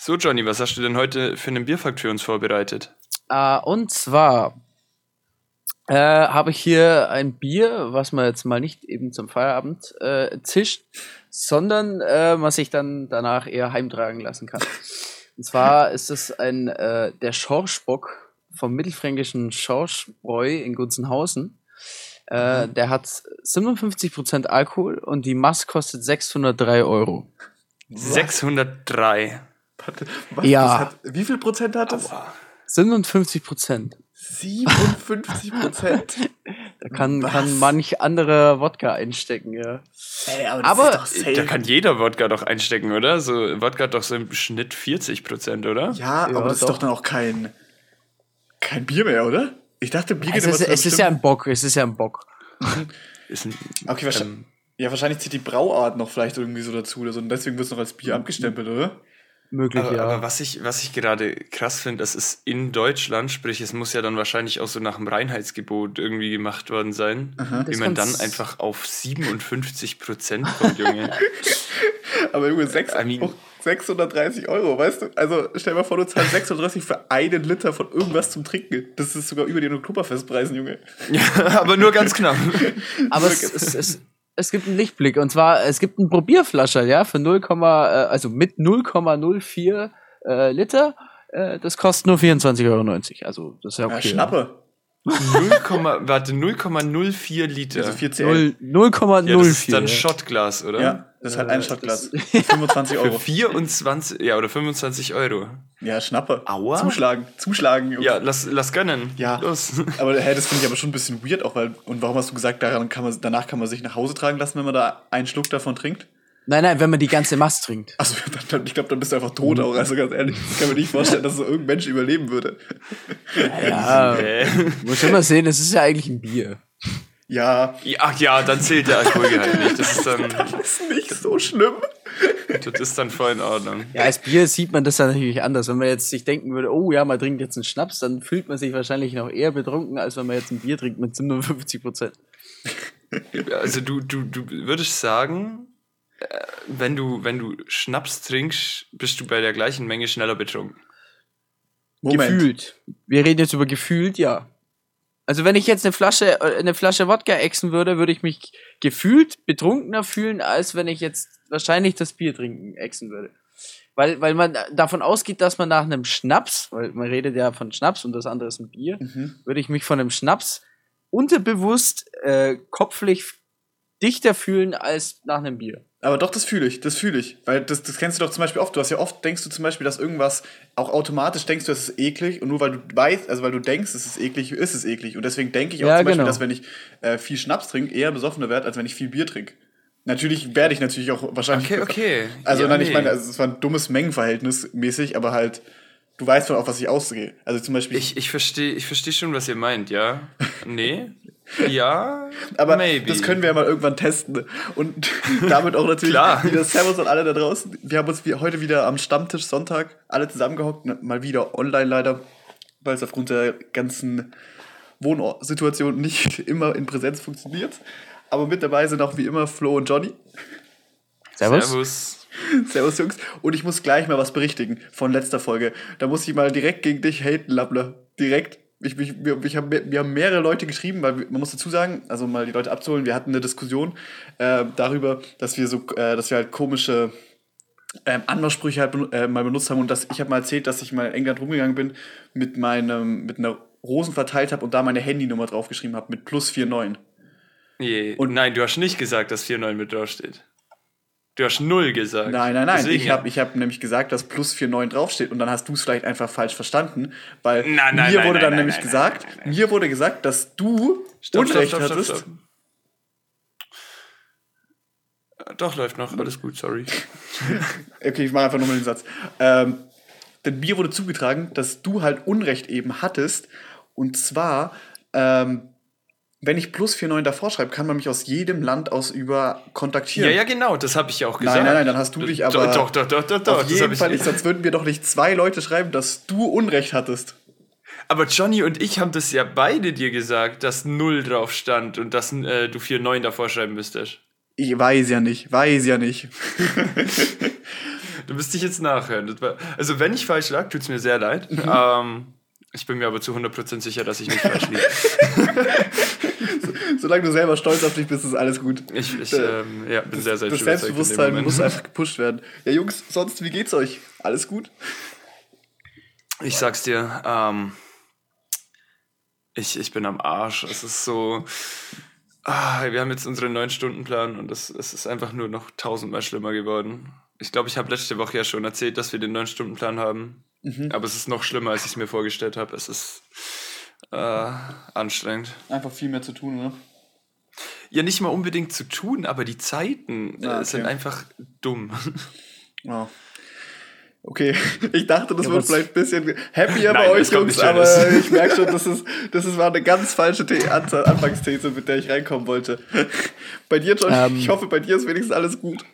So, Johnny, was hast du denn heute für einen Bierfakt für uns vorbereitet? Und zwar habe ich hier ein Bier, was man jetzt mal nicht eben zum Feierabend zischt, sondern man sich dann danach eher heimtragen lassen kann. Und zwar ist es der Schorschbock vom mittelfränkischen Schorschbräu in Gunzenhausen. Der hat 57% Alkohol und die Maß kostet 603 Euro. 603. Warte, was, Ja. wie viel Prozent hat das? 57%. 57%. Da kann Was? manch anderer Wodka einstecken, ja. Ey, aber Aber- das ist doch Da safe. kann jeder Wodka doch einstecken, oder? So, Wodka hat doch so im Schnitt 40%, oder? Ja, Ja, aber das ist doch. doch dann auch kein Bier mehr, oder? Ich dachte, Bier geht Es immer zu einem ist ja ein Bock, es ist ja ein Bock. Ist ein, Okay, wahrscheinlich, ja, wahrscheinlich zählt die Brauart noch vielleicht irgendwie so dazu oder so. Und deswegen wird es noch als Bier abgestempelt, oder? Möglich, aber, ja. aber was ich gerade krass finde, das ist in Deutschland, sprich, es muss ja dann wahrscheinlich auch so nach dem Reinheitsgebot irgendwie gemacht worden sein, wie Das man dann kann's- einfach auf 57% kommt, Junge. Aber Junge, I mean- 630 Euro, weißt du? Also stell dir mal vor, du zahlst 630 für einen Liter von irgendwas zum Trinken. Das ist sogar über den Oktoberfestpreisen, Junge. Ja, aber nur ganz knapp. Aber es gibt einen Lichtblick. Und zwar, es gibt einen Probierflascher, ja, für also mit 0,04 Liter. Das kostet nur 24,90 €. Also, das ist ja Ja, okay. Schnappe. 0,04 Liter. Also 4 CL. 0,04. Ja, das ist dann ja. Shotglas, oder? Ja, das ist halt ein das- Shotglas. 25 Für Euro. 24, ja, oder 25 Euro. Ja, Schnappe. Aua. Zuschlagen, Jungs. Ja, lass gönnen. Ja. Los. Aber das finde ich aber schon ein bisschen weird auch, und warum hast du gesagt, danach kann man sich nach Hause tragen lassen, wenn man da einen Schluck davon trinkt? Nein, wenn man die ganze Mast trinkt. Achso, ich glaube, dann bist du einfach tot auch, also ganz ehrlich. Ich kann mir nicht vorstellen, dass so irgendein Mensch überleben würde. Ja, muss immer sehen, es ist ja eigentlich ein Bier. Ja, Ach ja, dann zählt der Alkoholgehalt nicht. Das ist ist nicht so schlimm. dann voll in Ordnung. Ja, als Bier sieht man das dann natürlich anders. Wenn man jetzt sich denken würde, oh ja, man trinkt jetzt einen Schnaps, dann fühlt man sich wahrscheinlich noch eher betrunken, als wenn man jetzt ein Bier trinkt mit 57%. Also du würdest sagen, wenn du Schnaps trinkst, bist du bei der gleichen Menge schneller betrunken. Moment. Gefühlt. Wir reden jetzt über gefühlt, ja. Also wenn ich jetzt eine Flasche Wodka exen würde, würde ich mich gefühlt betrunkener fühlen, als wenn ich jetzt wahrscheinlich das Bier trinken exen würde. Weil man davon ausgeht, dass man nach einem Schnaps, weil man redet ja von Schnaps und das andere ist ein Bier, würde ich mich von einem Schnaps unterbewusst kopflich dichter fühlen als nach einem Bier. Aber doch, das fühle ich. Weil das kennst du doch zum Beispiel oft. Denkst du zum Beispiel, dass irgendwas auch automatisch denkst du, es ist eklig. Und nur weil du weißt, also weil du denkst, es ist eklig, ist es eklig. Und deswegen denke ich auch Ja, zum Beispiel, genau. dass wenn ich viel Schnaps trinke, eher besoffener werde, als wenn ich viel Bier trinke. Natürlich werde ich natürlich auch wahrscheinlich. Okay. Also Ja, nein, ich nee. meine, also es war ein dummes Mengenverhältnis mäßig, aber halt, du weißt schon, auf was ich ausgehe. Also zum Beispiel. Ich verstehe schon, was ihr meint, ja? Nee? Ja? Aber maybe. das können wir ja mal irgendwann testen. Und damit auch natürlich Klar. wieder Servus an alle da draußen. Wir haben uns heute wieder am Stammtisch Sonntag alle zusammengehockt. Mal wieder online leider, weil es aufgrund der ganzen Wohnsituation nicht immer in Präsenz funktioniert. Aber mit dabei sind auch wie immer Flo und Johnny. Servus. Servus, Jungs. Und ich muss gleich mal was berichtigen von letzter Folge. Da muss ich mal direkt gegen dich haten, Lappler. Direkt. Wir haben mehrere Leute geschrieben, weil man muss dazu sagen, also mal die Leute abzuholen, wir hatten eine Diskussion darüber, dass wir halt komische Anmachsprüche halt mal benutzt haben und ich habe mal erzählt, dass ich mal in England rumgegangen bin mit einer Rosen verteilt habe und da meine Handynummer draufgeschrieben habe mit +49. Und nein, du hast nicht gesagt, dass 49 mit draufsteht. Du hast 0 gesagt. Nein. Deswegen, Ich hab nämlich gesagt, dass +49 draufsteht und dann hast du es vielleicht einfach falsch verstanden, weil Nein, mir wurde dann nein, nämlich nein, gesagt, mir wurde gesagt, dass du Unrecht hattest. Doch, läuft noch. Alles gut, sorry. Okay, ich mache einfach nochmal den Satz. Denn mir wurde zugetragen, dass du halt Unrecht eben hattest und zwar, wenn ich +49 davor schreibe, kann man mich aus jedem Land aus über kontaktieren. Ja, genau, das habe ich ja auch gesagt. Nein, dann hast du dich aber... Doch. Auf jeden Fall nicht, sonst würden wir doch nicht 2 Leute schreiben, dass du Unrecht hattest. Aber Johnny und ich haben das ja beide dir gesagt, dass 0 drauf stand und dass du 49 davor schreiben müsstest. Ich weiß ja nicht. Du müsst dich jetzt nachhören. Also wenn ich falsch lag, tut es mir sehr leid. Ich bin mir aber zu 100% sicher, dass ich nicht falsch liege. Solange du selber stolz auf dich bist, ist alles gut. Ich bin sehr Das überzeugt. Selbstbewusstsein muss einfach gepusht werden. Ja, Jungs, sonst, wie geht's euch? Alles gut? Ich sag's dir, ich bin am Arsch. Es ist so... wir haben jetzt unseren 9-Stunden-Plan und es ist einfach nur noch 1000-mal schlimmer geworden. Ich glaube, ich habe letzte Woche ja schon erzählt, dass wir den 9-Stunden-Plan haben. Aber es ist noch schlimmer, als ich es mir vorgestellt habe. Es ist anstrengend. Einfach viel mehr zu tun, oder? Ja, nicht mal unbedingt zu tun, aber die Zeiten sind einfach dumm. Oh. Okay, ich dachte, das wird vielleicht ein bisschen happier bei Nein, euch, es kommt Jungs, nicht aber Schönes. ich merke schon, das war eine ganz falsche Anfangsthese, mit der ich reinkommen wollte. Bei dir, John, ich hoffe, bei dir ist wenigstens alles gut.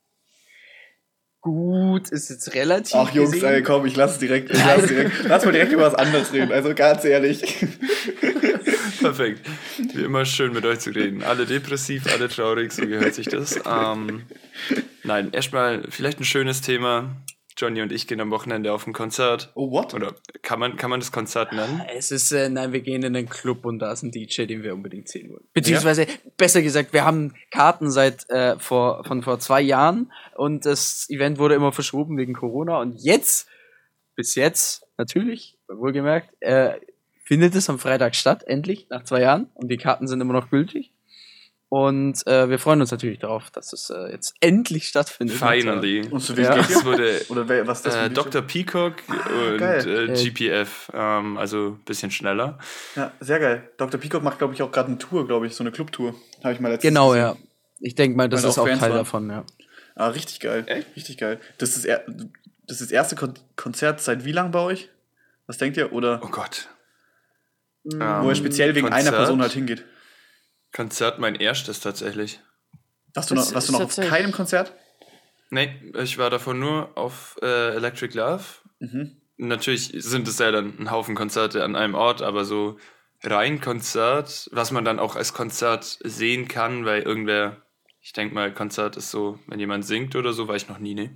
Gut, ist jetzt relativ. Ach Jungs, ey, komm, ich lass es direkt. Lass mal direkt über was anderes reden, also ganz ehrlich. Perfekt. Wie immer schön mit euch zu reden. Alle depressiv, alle traurig, so gehört sich das. Nein, erstmal vielleicht ein schönes Thema. Johnny und ich gehen am Wochenende auf ein Konzert. Oh, what? Oder kann man das Konzert nennen? Es ist, nein, wir gehen in einen Club und da ist ein DJ, den wir unbedingt sehen wollen. Beziehungsweise, besser gesagt, wir haben Karten von vor 2 Jahren und das Event wurde immer verschoben wegen Corona und bis jetzt, natürlich, wohlgemerkt, findet es am Freitag statt, endlich, nach 2 Jahren und die Karten sind immer noch gültig. Und wir freuen uns natürlich darauf, dass es jetzt endlich stattfindet. Finally. Und zu wem Ja. geht ihr? Das wurde Oder was ist das für ein DJ? Dr. Peacock und geil. GPF, also ein bisschen schneller. Ja, sehr geil. Dr. Peacock macht, glaube ich, auch gerade eine Tour, so eine Clubtour. Habe ich mal letztens Genau, gesehen. ja. Ich denke mal, das Weil ist auch auch Fans Teil waren. davon, ja. Ah, richtig geil. Echt? Richtig geil. Das ist das erste Konzert seit wie lang bei euch? Was denkt ihr? Oder Oh Gott. wo er speziell wegen einer Konzert? Person halt hingeht? Konzert mein erstes tatsächlich. Warst du Das noch ist auf tatsächlich- keinem Konzert? Nee, ich war davon nur auf Electric Love. Natürlich sind es ja dann ein Haufen Konzerte an einem Ort, aber so rein Konzert, was man dann auch als Konzert sehen kann, weil irgendwer, ich denke mal, Konzert ist so, wenn jemand singt oder so, war ich noch nie, ne?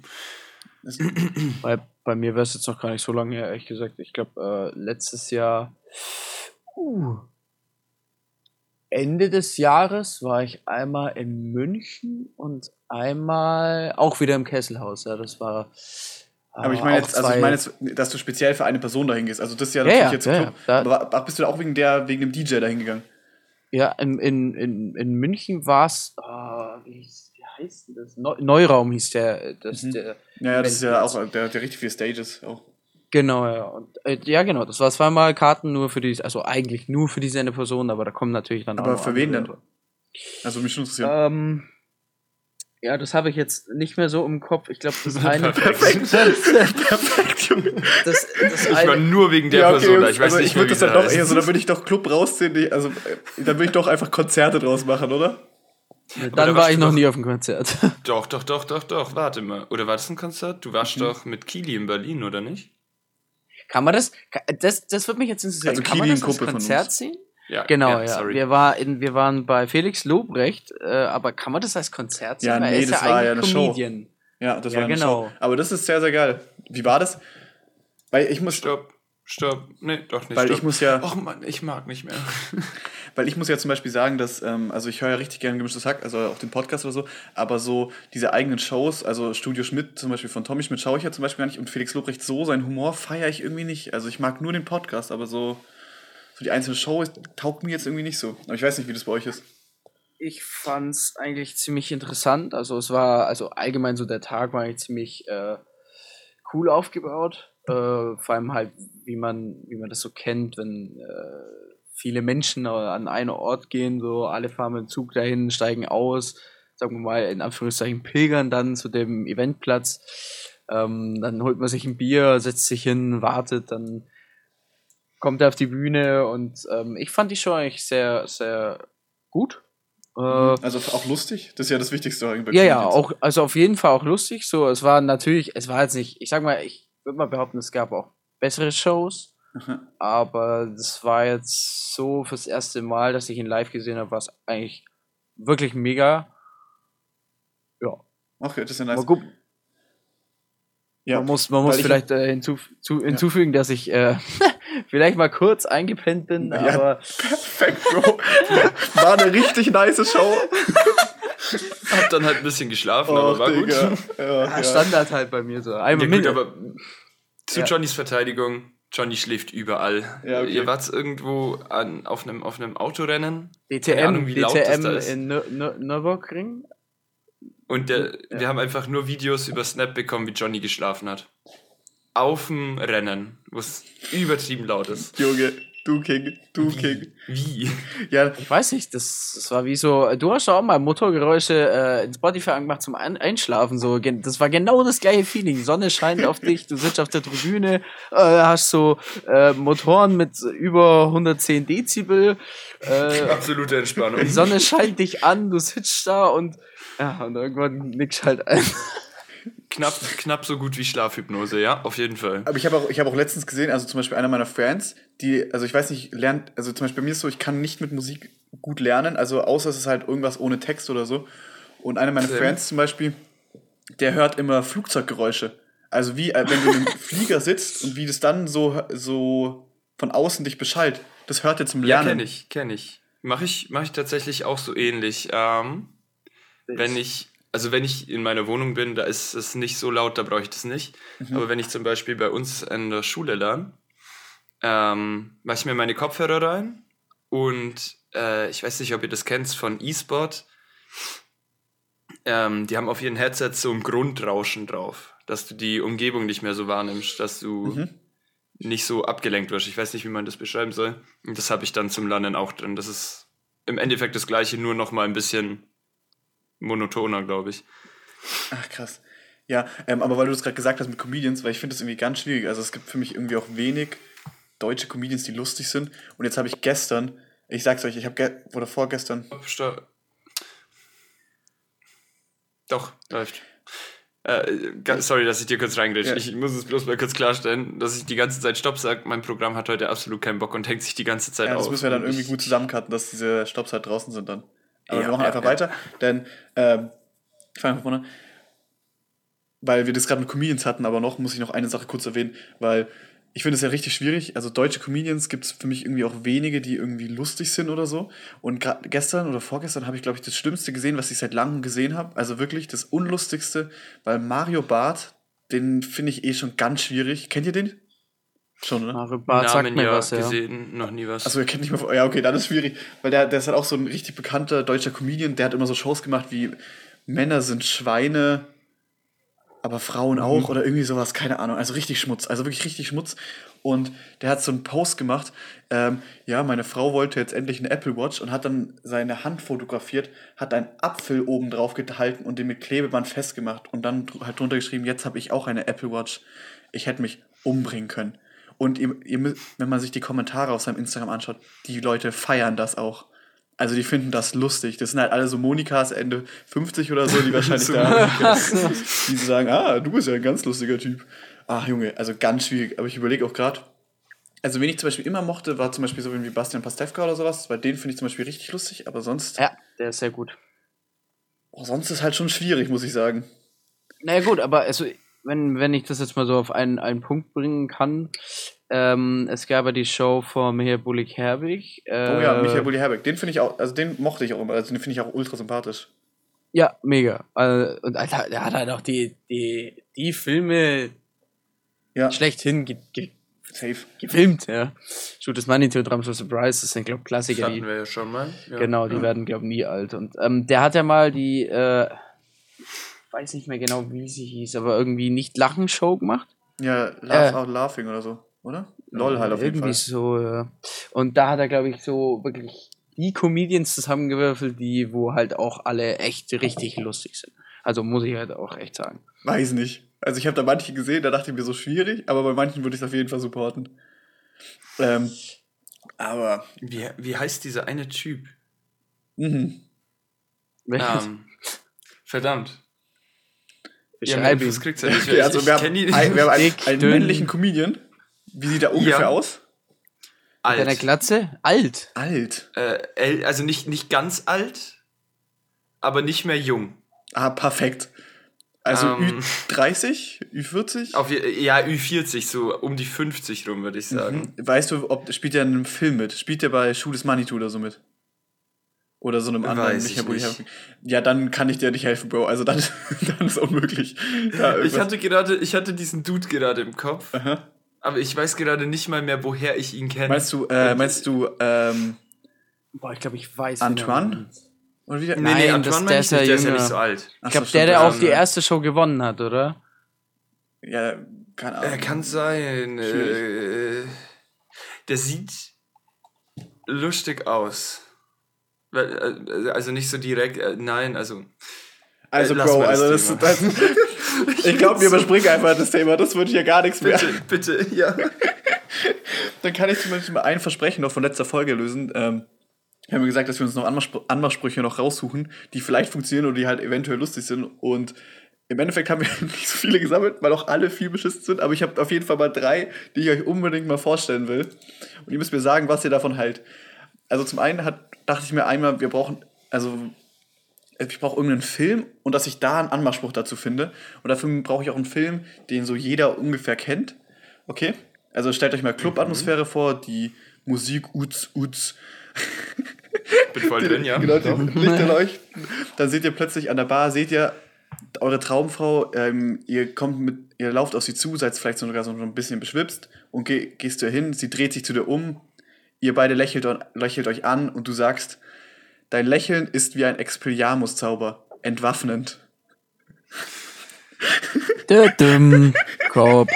Bei mir wäre es jetzt noch gar nicht so lange her, ehrlich gesagt. Ich glaube, letztes Jahr, Ende des Jahres war ich einmal in München und einmal auch wieder im Kesselhaus. Ja, das war. Aber ich meine auch jetzt, dass du speziell für eine Person dahin gehst. Also das ist ja Ja, natürlich ja, jetzt ja, Club. ja. Aber bist du da auch wegen dem DJ dahin gegangen? Ja, in München war es, wie heißt denn das? Neuraum hieß der. Ja, das ist ja auch der richtig viele Stages auch. Genau, ja. Und, ja, genau. Das war 2-mal Karten nur für also eigentlich nur für diese eine Person, aber da kommen natürlich dann Aber auch noch für wen andere. denn? Also mich schon interessiert. Ja, das habe ich jetzt nicht mehr so im Kopf. Ich glaube, das eine. Perfekt, Junge. das Ich war eine, nur wegen der Ja, Person da. Jungs, Ich weiß also nicht ich mehr, würde wie das dann sie doch eher heißt. so, dann würde ich doch Club rausziehen. Dann würde ich doch einfach Konzerte draus machen, oder? dann da war warst ich du noch doch- nie auf dem Konzert. Doch, warte mal. Oder war das ein Konzert? Du warst doch mit Kili in Berlin, oder nicht? Kann man das würde mich jetzt interessieren. Also Kann man Kili, das ein als Kumpel von Konzert uns. sehen? Ja, Genau, ja. sorry. Wir waren bei Felix Lobrecht, aber kann man das als Konzert sehen? Ja, Weil er nee, ist das war ja eigentlich eine Show. Comedian. Ja, das Ja, war eine genau. Show. Aber das ist sehr, sehr geil. Wie war das? Weil ich muss, Stopp. Nee, doch nicht. Weil stopp. ich muss ja- Och Mann, ich mag nicht mehr. Weil ich muss ja zum Beispiel sagen, dass, also ich höre ja richtig gerne Gemischtes Hack, also auch den Podcast oder so, aber so diese eigenen Shows, also Studio Schmidt zum Beispiel von Tommy Schmidt schaue ich ja zum Beispiel gar nicht und Felix Lobrecht so, seinen Humor feiere ich irgendwie nicht. Also ich mag nur den Podcast, aber so die einzelne Show taugt mir jetzt irgendwie nicht so. Aber ich weiß nicht, wie das bei euch ist. Ich fand's eigentlich ziemlich interessant. Also allgemein so der Tag war eigentlich ziemlich cool aufgebaut. Vor allem halt, wie man das so kennt, wenn viele Menschen an einen Ort gehen, so alle fahren mit dem Zug dahin, steigen aus, sagen wir mal in Anführungszeichen pilgern dann zu dem Eventplatz. Dann holt man sich ein Bier, setzt sich hin, wartet, dann kommt er auf die Bühne und ich fand die Show eigentlich sehr, sehr gut. Also auch lustig, das ist ja das Wichtigste bei Ja, Comedians. auch, also auf jeden Fall auch lustig. So, es war jetzt nicht, ich sag mal, ich würde mal behaupten, es gab auch bessere Shows, aber das war jetzt so fürs erste Mal, dass ich ihn live gesehen habe, war es eigentlich wirklich mega. Ja. Okay, das ist ja nice. Mal gucken. Ja, man muss vielleicht hinzufügen, dass ich vielleicht mal kurz eingepennt bin, aber... Perfekt, Bro. War eine richtig nice Show. Hab dann halt ein bisschen geschlafen, aber war Digga. gut. Ja, Standard halt bei mir so. Ja, gut, aber zu Johnnys Verteidigung, Johnny schläft überall. Ja, okay. Ihr wart irgendwo auf einem Autorennen. Keine DTM, Ahnung, wie laut das da ist. in Nürburgring. Und wir haben einfach nur Videos über Snap bekommen, wie Johnny geschlafen hat. Auf dem Rennen, wo es übertrieben laut ist. Junge, du King. Wie? Ja. Ich weiß nicht, das war wie so, du hast auch mal Motorgeräusche in Spotify angemacht zum Einschlafen, so, das war genau das gleiche Feeling, die Sonne scheint auf dich, du sitzt auf der Tribüne, hast so Motoren mit über 110 Dezibel, absolute Entspannung. Die Sonne scheint dich an, du sitzt da und irgendwann nickst halt ein. Knapp so gut wie Schlafhypnose, ja, auf jeden Fall. Aber ich habe auch letztens gesehen, also zum Beispiel einer meiner Friends, also ich weiß nicht, also zum Beispiel bei mir ist so, ich kann nicht mit Musik gut lernen, also außer es ist halt irgendwas ohne Text oder so. Und einer meiner Friends zum Beispiel, der hört immer Flugzeuggeräusche. Also wie, wenn du in einem Flieger sitzt und wie das dann so von außen dich beschallt. Das hört er zum Lernen. Ja, kenn ich. Mach ich tatsächlich auch so ähnlich. Wenn ich in meiner Wohnung bin, da ist es nicht so laut, da brauche ich das nicht. Aber wenn ich zum Beispiel bei uns in der Schule lerne, mache ich mir meine Kopfhörer rein und ich weiß nicht, ob ihr das kennt von eSport. Die haben auf ihren Headsets so ein Grundrauschen drauf, dass du die Umgebung nicht mehr so wahrnimmst, dass du nicht so abgelenkt wirst. Ich weiß nicht, wie man das beschreiben soll. Und das habe ich dann zum Lernen auch drin. Das ist im Endeffekt das Gleiche, nur noch mal ein bisschen monotoner, glaube ich. Ach, krass. Ja, aber weil du das gerade gesagt hast mit Comedians, weil ich finde das irgendwie ganz schwierig. Also es gibt für mich irgendwie auch wenig deutsche Comedians, die lustig sind. Und jetzt habe ich gestern, ich sag's euch, oder vorgestern... Doch, läuft. Sorry, dass ich dir kurz reingrätsche. Ja. Ich muss es bloß mal kurz klarstellen, dass ich die ganze Zeit Stopp sage. Mein Programm hat heute absolut keinen Bock und hängt sich die ganze Zeit auf. Das müssen wir dann irgendwie gut zusammencutten, dass diese Stopps halt draußen sind dann. Aber wir machen einfach weiter, denn ich fange vorne, weil wir das gerade mit Comedians hatten, aber muss ich noch eine Sache kurz erwähnen, weil ich finde es ja richtig schwierig. Also deutsche Comedians gibt es für mich irgendwie auch wenige, die irgendwie lustig sind oder so. Und gerade gestern oder vorgestern habe ich, glaube ich, das Schlimmste gesehen, was ich seit langem gesehen habe. Also wirklich das Unlustigste, weil Mario Barth, den finde ich schon ganz schwierig. Kennt ihr den? Schon, oder? Mario Barth sagt mir was, gesehen, noch nie was. Achso, ihr kennt nicht mehr. Ja, okay, dann ist schwierig. Weil der ist halt auch so ein richtig bekannter deutscher Comedian. Der hat immer so Shows gemacht wie Männer sind Schweine, aber Frauen auch oder irgendwie sowas, keine Ahnung. Also richtig Schmutz, also wirklich richtig Schmutz. Und der hat so einen Post gemacht, meine Frau wollte jetzt endlich eine Apple Watch und hat dann seine Hand fotografiert, hat einen Apfel oben drauf gehalten und den mit Klebeband festgemacht und dann halt drunter geschrieben, jetzt habe ich auch eine Apple Watch. Ich hätte mich umbringen können. Und wenn man sich die Kommentare auf seinem Instagram anschaut, die Leute feiern das auch. Also die finden das lustig. Das sind halt alle so Monikas Ende 50 oder so, die wahrscheinlich die sagen, du bist ja ein ganz lustiger Typ. Ach Junge, also ganz schwierig. Aber ich überlege auch gerade, also wen ich zum Beispiel immer mochte, war zum Beispiel so wie Bastian Pastewka oder sowas, weil den finde ich zum Beispiel richtig lustig, aber sonst... Ja, der ist sehr gut. Sonst ist halt schon schwierig, muss ich sagen. Naja gut, aber also... Wenn ich das jetzt mal so auf einen Punkt bringen kann, es gab ja die Show von Michael Bulli-Herbig. Michael Bulli-Herbig, den finde ich auch, also den mochte ich auch immer, also den finde ich auch ultra sympathisch. Ja, mega. Und Alter, der hat halt auch die Filme schlechthin gefilmt, ja. Shoot is Money to Drums for Surprise, das sind, glaube ich, Klassiker. Das hatten wir ja schon mal. Ja. Genau, die werden, glaube ich, nie alt. Und der hat ja mal die weiß nicht mehr genau, wie sie hieß, aber irgendwie Nicht-Lachen-Show gemacht. Ja, Laugh Out Laughing oder so, oder? LOL halt auf jeden Fall. Irgendwie so, ja. Und da hat er, glaube ich, so wirklich die Comedians zusammengewürfelt, wo halt auch alle echt richtig lustig sind. Also muss ich halt auch echt sagen. Weiß nicht. Also ich habe da manche gesehen, da dachte ich mir so schwierig, aber bei manchen würde ich es auf jeden Fall supporten. Aber... Wie heißt dieser eine Typ? Verdammt. Das kriegt's ja nicht. Okay, also wir haben einen männlichen Comedian. Wie sieht er ungefähr aus? Alt. Mit einer Glatze? Alt. Also nicht ganz alt, aber nicht mehr jung. Perfekt. Also Ü30, Ü40? Ja, Ü40, so um die 50 rum, würde ich sagen. Weißt du, spielt der in einem Film mit? Spielt der bei Schuh des Manitou oder so mit? Oder so einem anderen Micha Bulli. Ja, dann kann ich dir nicht helfen, Bro. Also dann ist unmöglich. Ich hatte diesen Dude gerade im Kopf, aber ich weiß gerade nicht mal mehr, woher ich ihn kenne. Meinst du, boah, ich glaube, ich weiß. Antoine? Oder wie nee, Antoine der ist ja nicht so alt. Ich glaube, der auch die erste Show gewonnen hat, oder? Ja, keine Ahnung. Kann sein. Der sieht lustig aus. Also nicht so direkt, nein, also... Also, Bro, ich glaube, wir überspringen einfach das Thema, das würde ja gar nichts mehr. Bitte, ja. Dann kann ich zumindest mal ein Versprechen noch von letzter Folge lösen. Wir haben gesagt, dass wir uns noch Anmachsprüche noch raussuchen, die vielleicht funktionieren oder die halt eventuell lustig sind. Und im Endeffekt haben wir nicht so viele gesammelt, weil auch alle viel beschissen sind. Aber ich habe auf jeden Fall mal 3, die ich euch unbedingt mal vorstellen will. Und ihr müsst mir sagen, was ihr davon haltet. Also zum einen dachte ich mir einmal, ich brauche irgendeinen Film und dass ich da einen Anmachspruch dazu finde. Und dafür brauche ich auch einen Film, den so jeder ungefähr kennt. Okay? Also stellt euch mal Club-Atmosphäre vor, die Musik, Uts. Bin voll drin, ja. Genau, die Lichter leuchten. Dann seht ihr plötzlich an der Bar, eure Traumfrau, ihr lauft auf sie zu, seid vielleicht sogar so ein bisschen beschwipst und gehst zu ihr hin, sie dreht sich zu dir um, ihr beide lächelt euch an und du sagst, dein Lächeln ist wie ein Expelliarmus-Zauber, entwaffnend. Korb.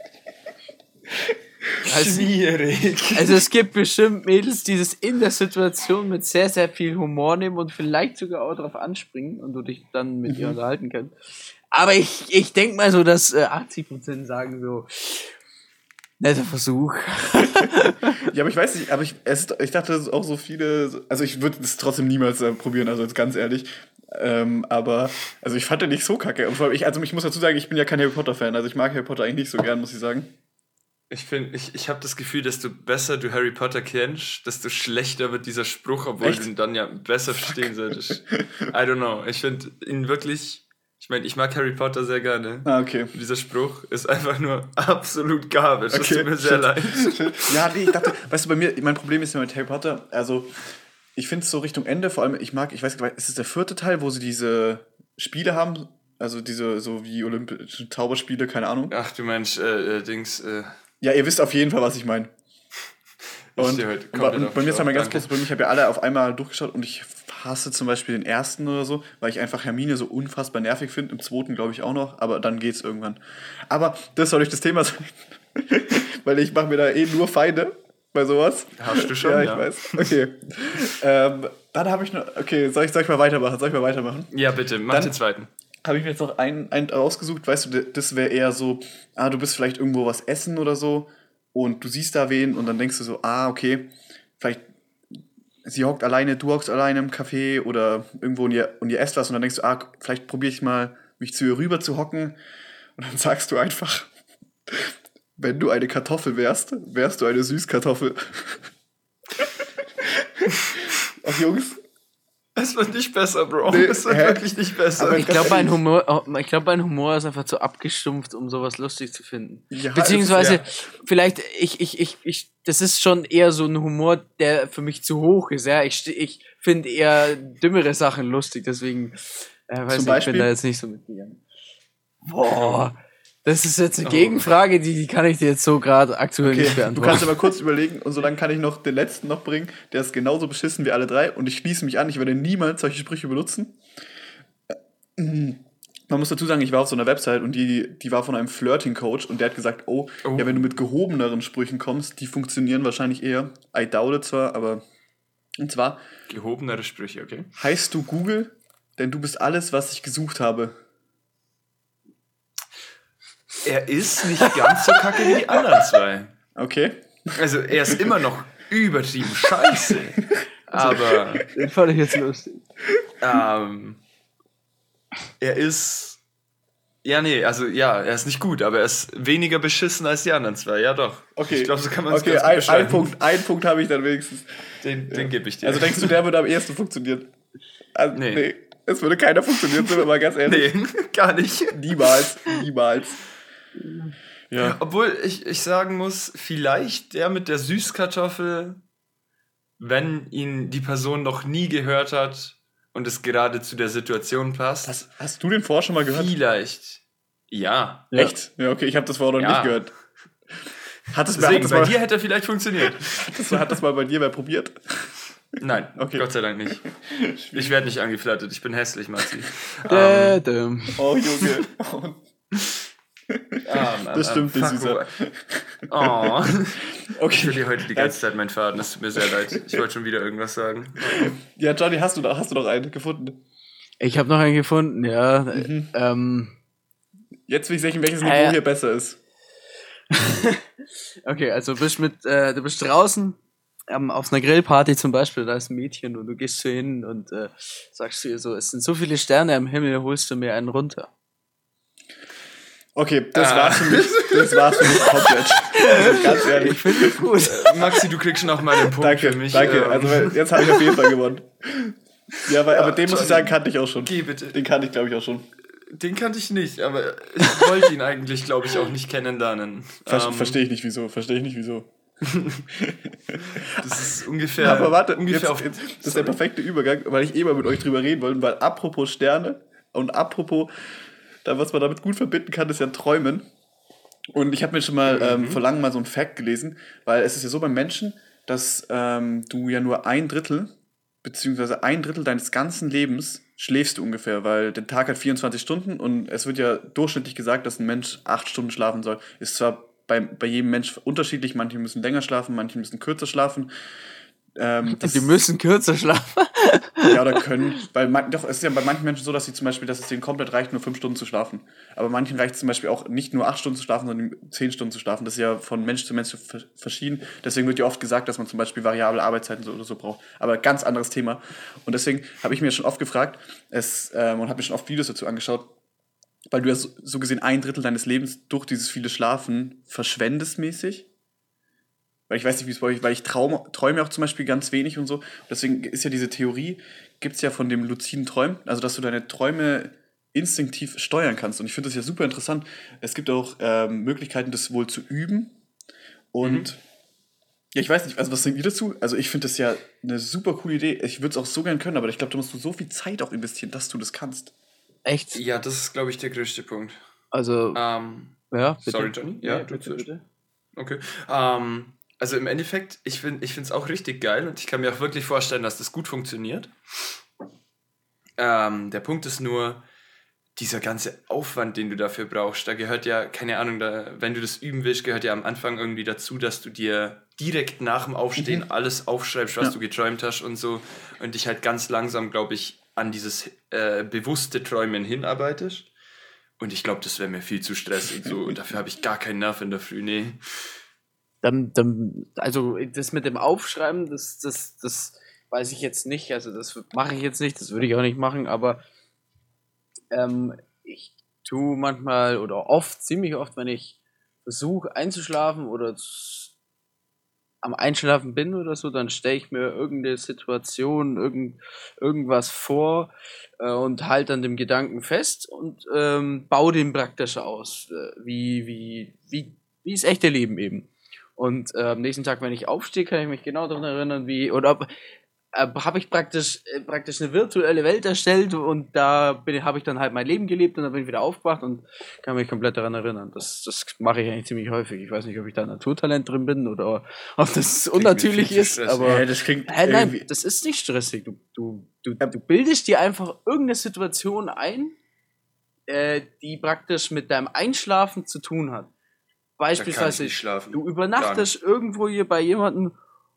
Schwierig. Also es gibt bestimmt Mädels, die das in der Situation mit sehr, sehr viel Humor nehmen und vielleicht sogar auch darauf anspringen und du dich dann mit ihr unterhalten kannst. Aber ich denke mal so, dass 80% sagen so, netter Versuch. Ja, aber ich weiß nicht, ich dachte, dass auch so viele, also ich würde das trotzdem niemals probieren, also jetzt ganz ehrlich. Aber, also ich fand den nicht so kacke. Und vor allem ich muss dazu sagen, ich bin ja kein Harry Potter-Fan, also ich mag Harry Potter eigentlich nicht so gern, muss ich sagen. Ich habe das Gefühl, desto besser du Harry Potter kennst, desto schlechter wird dieser Spruch, obwohl du ihn dann ja besser verstehen solltest. I don't know. Ich finde ihn wirklich... Ich mag Harry Potter sehr gerne. Okay. Und dieser Spruch ist einfach nur absolut garbage. Okay. Das tut mir sehr leid. Ja, nee, ich dachte... Weißt du, mein Problem ist ja mit Harry Potter, also ich finde es so Richtung Ende, vor allem ich weiß nicht, ist es der 4. Teil, wo sie diese Spiele haben? Also diese, so wie olympische Zauberspiele, keine Ahnung. Ach, du meinst, Ja, ihr wisst auf jeden Fall, was ich meine. Und bei mir ist halt mein ganz großes Problem, ich habe ja alle auf einmal durchgeschaut und ich hasse zum Beispiel den ersten oder so, weil ich einfach Hermine so unfassbar nervig finde, im 2. glaube ich auch noch, aber dann geht's irgendwann. Aber das soll nicht das Thema sein, weil ich mache mir da nur Feinde bei sowas. Hast du schon, ja. Ich weiß. Okay. Dann habe ich noch, okay, soll ich mal weitermachen? Ja, bitte, mach den zweiten. Habe ich mir jetzt noch einen rausgesucht, weißt du, das wäre eher so, du bist vielleicht irgendwo was essen oder so und du siehst da wen und dann denkst du so, okay, vielleicht sie hockt alleine, du hockst alleine im Café oder irgendwo und ihr esst was und dann denkst du, vielleicht probiere ich mal, mich zu ihr rüber zu hocken und dann sagst du einfach, wenn du eine Kartoffel wärst du eine Süßkartoffel. Ach, Jungs. Es wird nicht besser, Bro. Nee, es wird wirklich nicht besser. Aber ich glaube, mein Humor ist einfach zu abgestumpft, um sowas lustig zu finden. Ja, beziehungsweise, vielleicht, das ist schon eher so ein Humor, der für mich zu hoch ist. Ja? Ich finde eher dümmere Sachen lustig, deswegen, ich bin da jetzt nicht so mitgegangen. Boah, das ist jetzt eine Gegenfrage, die kann ich dir jetzt so gerade aktuell nicht beantworten. Du kannst aber kurz überlegen und so dann kann ich noch den letzten noch bringen, der ist genauso beschissen wie alle 3 und ich schließe mich an, ich werde niemals solche Sprüche benutzen. Man muss dazu sagen, ich war auf so einer Website und die war von einem Flirting-Coach und der hat gesagt, ja, wenn du mit gehobeneren Sprüchen kommst, die funktionieren wahrscheinlich eher. I doubt it zwar, aber und zwar... Gehobenere Sprüche, okay. Heißt du Google, denn du bist alles, was ich gesucht habe. Er ist nicht ganz so kacke wie die anderen 2. Okay. Also er ist immer noch übertrieben scheiße. Aber... Den fand ich jetzt lustig. Er ist... Ja, nee, also ja, er ist nicht gut, aber er ist weniger beschissen als die anderen 2. Ja, doch. Okay. Ich glaube, so kann man es ganz gut beschreiben. Einen Punkt habe ich dann wenigstens. Den gebe ich dir. Also denkst du, der würde am ehesten funktionieren? Also, nee. Es würde keiner funktionieren, sind wir mal ganz ehrlich. Nee, gar nicht. Niemals. Ja. Obwohl ich sagen muss, vielleicht der mit der Süßkartoffel, wenn ihn die Person noch nie gehört hat und es gerade zu der Situation passt. Hast du den vorher schon mal gehört? Vielleicht. Ja. Echt? Ja, okay, ich habe das vorher noch nicht gehört. Deswegen, bei dir hätte er vielleicht funktioniert. Hat das mal bei dir wer probiert? Nein, okay. Gott sei Dank nicht. Ich werde nicht angeflattet, ich bin hässlich, Matzi. Oh, Junge. Das stimmt nicht, Süßer. Oh. Okay. Ich verliere heute die ganze Zeit meinen Faden, es tut mir sehr leid. Ich wollte schon wieder irgendwas sagen. Ja, Johnny, hast du noch einen gefunden? Ich habe noch einen gefunden, ja. Jetzt will ich sehen, welches Niveau hier besser ist. Okay, also du bist draußen auf einer Grillparty zum Beispiel, da ist ein Mädchen und du gehst zu ihr hin und sagst zu ihr so, es sind so viele Sterne am Himmel, holst du mir einen runter? Okay, das war's für mich komplett. Also ganz ehrlich. Ich finde das gut. Maxi, du kriegst noch mal den Punkt für mich. Danke, also jetzt habe ich auf jeden Fall gewonnen. Ja, aber den muss ich sagen, kannte ich auch schon. Geh bitte. Den kannte ich, glaube ich, auch schon. Den kannte ich nicht, aber ich wollte ihn eigentlich, glaube ich, auch nicht kennenlernen. Verstehe ich nicht, wieso. Das ist ungefähr. Ja, aber warte, das ist der perfekte Übergang, weil ich mal mit euch drüber reden wollte, weil apropos Sterne und apropos, was man damit gut verbinden kann, ist ja Träumen. Und ich habe mir schon mal vor langem mal so ein Fact gelesen, weil es ist ja so beim Menschen, dass du ja nur 1/3 beziehungsweise 1/3 deines ganzen Lebens schläfst du ungefähr, weil der Tag hat 24 Stunden und es wird ja durchschnittlich gesagt, dass ein Mensch 8 Stunden schlafen soll. Ist zwar bei jedem Mensch unterschiedlich, manche müssen länger schlafen, manche müssen kürzer schlafen. Die müssen kürzer schlafen. Ja, oder können. Es ist ja bei manchen Menschen so, dass es denen komplett reicht, nur 5 Stunden zu schlafen. Aber manchen reicht es zum Beispiel auch nicht nur 8 Stunden zu schlafen, sondern 10 Stunden zu schlafen. Das ist ja von Mensch zu Mensch verschieden. Deswegen wird ja oft gesagt, dass man zum Beispiel variable Arbeitszeiten oder so braucht. Aber ganz anderes Thema. Und deswegen habe ich mir schon oft gefragt und habe mir schon oft Videos dazu angeschaut, weil du ja so gesehen 1/3 deines Lebens durch dieses viele Schlafen verschwendest mäßig. Weil ich weiß nicht, wie es bei euch, weil ich träume auch zum Beispiel ganz wenig und so. Deswegen ist ja diese Theorie, gibt es ja von dem luziden Träumen, also dass du deine Träume instinktiv steuern kannst. Und ich finde das ja super interessant. Es gibt auch Möglichkeiten, das wohl zu üben. Und ja, ich weiß nicht, also was denkt ihr dazu? Also ich finde das ja eine super coole Idee. Ich würde es auch so gern können, aber ich glaube, da musst du so viel Zeit auch investieren, dass du das kannst. Echt? Ja, das ist, glaube ich, der größte Punkt. Also, ja, bitte. Sorry, Johnny. Ja, bitte. Okay. Also im Endeffekt, ich finde es auch richtig geil und ich kann mir auch wirklich vorstellen, dass das gut funktioniert. Der Punkt ist nur, dieser ganze Aufwand, den du dafür brauchst, da gehört ja, keine Ahnung, wenn du das üben willst, gehört ja am Anfang irgendwie dazu, dass du dir direkt nach dem Aufstehen alles aufschreibst, was du geträumt hast und so und dich halt ganz langsam, glaube ich, an dieses bewusste Träumen hinarbeitest. Und ich glaube, das wäre mir viel zu stressig so und dafür habe ich gar keinen Nerv in der Früh, nee. Also das mit dem Aufschreiben, das weiß ich jetzt nicht, also das mache ich jetzt nicht, das würde ich auch nicht machen, aber ich tue manchmal oder ziemlich oft, wenn ich versuche einzuschlafen oder am Einschlafen bin oder so, dann stelle ich mir irgendeine Situation, irgendwas vor und halte an dem Gedanken fest und baue den praktisch aus, wie das echte Leben eben. Und am nächsten Tag, wenn ich aufstehe, kann ich mich genau daran erinnern, habe ich praktisch eine virtuelle Welt erstellt und da habe ich dann halt mein Leben gelebt und dann bin ich wieder aufgewacht und kann mich komplett daran erinnern. Das mache ich eigentlich ziemlich häufig. Ich weiß nicht, ob ich da Naturtalent drin bin oder ob das unnatürlich ist, aber das klingt nein, das ist nicht stressig. Du bildest dir einfach irgendeine Situation ein, die praktisch mit deinem Einschlafen zu tun hat. Beispielsweise, du übernachtest irgendwo hier bei jemandem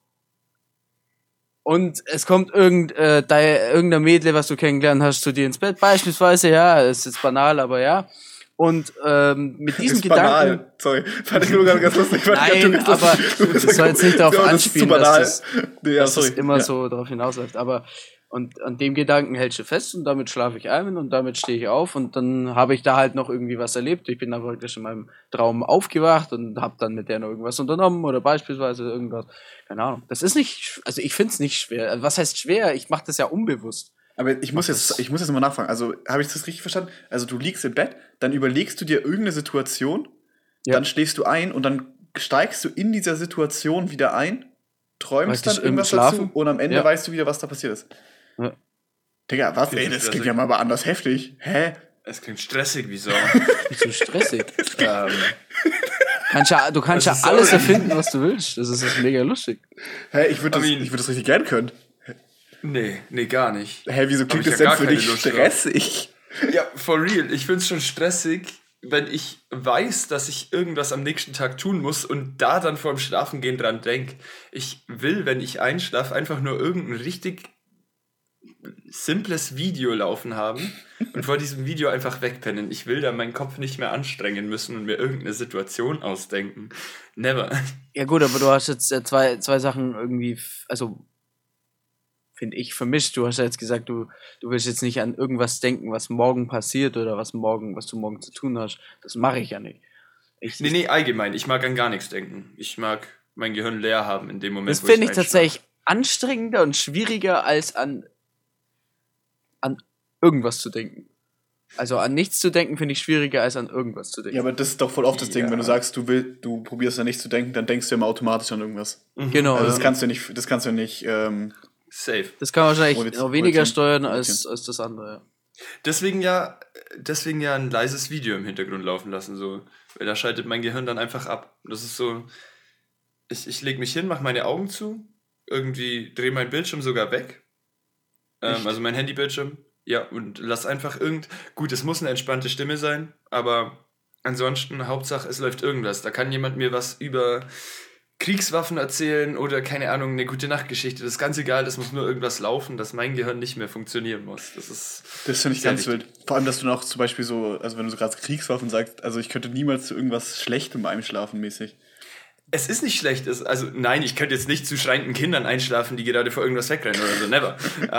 und es kommt irgendein Mädel, was du kennengelernt hast, zu dir ins Bett. Beispielsweise, ja, ist jetzt banal, aber ja. Und mit diesem ist Gedanken... Banal. Sorry, fand ich nur ganz lustig. Nein, aber das soll jetzt nicht darauf anspielen, dass das immer so darauf hinausläuft. Aber und an dem Gedanken hältst du fest und damit schlafe ich ein und damit stehe ich auf und dann habe ich da halt noch irgendwie was erlebt. Ich bin dann praktisch in meinem Traum aufgewacht und habe dann mit der noch irgendwas unternommen oder beispielsweise irgendwas. Keine Ahnung. Das ist nicht, also ich finde es nicht schwer. Was heißt schwer? Ich mache das ja unbewusst. Aber ich muss jetzt mal nachfragen. Also, habe ich das richtig verstanden? Also, du liegst im Bett, dann überlegst du dir irgendeine Situation, dann schläfst du ein und dann steigst du in dieser Situation wieder ein, träumst dann irgendwas dazu und am Ende weißt du wieder, was da passiert ist. Ja. Digga, was? Ey, das klingt ja mal anders heftig. Hä? Es klingt stressig, wieso? Wieso stressig? Du kannst ja alles erfinden, was du willst. Das ist mega lustig. Hä, ich würde das richtig gern können. Nee, gar nicht. Hä, wieso klingt das denn für dich stressig? Ja, for real. Ich find's schon stressig, wenn ich weiß, dass ich irgendwas am nächsten Tag tun muss und da dann vorm Schlafengehen dran denke. Ich will, wenn ich einschlafe, einfach nur irgendein richtig simples Video laufen haben und vor diesem Video einfach wegpennen. Ich will da meinen Kopf nicht mehr anstrengen müssen und mir irgendeine Situation ausdenken. Never. Ja gut, aber du hast jetzt zwei Sachen irgendwie, also finde ich, vermischt. Du hast ja jetzt gesagt, du willst jetzt nicht an irgendwas denken, was morgen passiert oder was du morgen zu tun hast. Das mache ich ja nicht. Nee, allgemein. Ich mag an gar nichts denken. Ich mag mein Gehirn leer haben in dem Moment, das finde ich tatsächlich anstrengender und schwieriger, als an irgendwas zu denken. Also an nichts zu denken finde ich schwieriger, als an irgendwas zu denken. Ja, aber das ist doch voll oft das Ding, wenn du sagst, du probierst ja nicht zu denken, dann denkst du immer automatisch an irgendwas. Genau. Also das kannst du nicht safe. Das kann man wahrscheinlich noch weniger steuern als das andere. Ja. Deswegen ja ein leises Video im Hintergrund laufen lassen, so. Weil da schaltet mein Gehirn dann einfach ab. Das ist so, ich lege mich hin, mache meine Augen zu, irgendwie drehe mein Bildschirm sogar weg. Also mein Handybildschirm. Ja, und lass einfach gut, es muss eine entspannte Stimme sein, aber ansonsten, Hauptsache, es läuft irgendwas. Da kann jemand mir was über Kriegswaffen erzählen oder, keine Ahnung, eine gute Nachtgeschichte. Das ist ganz egal, das muss nur irgendwas laufen, dass mein Gehirn nicht mehr funktionieren muss. Das finde ich ganz wild. Vor allem, dass du noch zum Beispiel so, also wenn du so gerade Kriegswaffen sagst, also ich könnte niemals zu irgendwas Schlechtem einschlafen mäßig. Es ist nicht schlecht, also nein, ich könnte jetzt nicht zu schreienden Kindern einschlafen, die gerade vor irgendwas wegrennen oder so, never.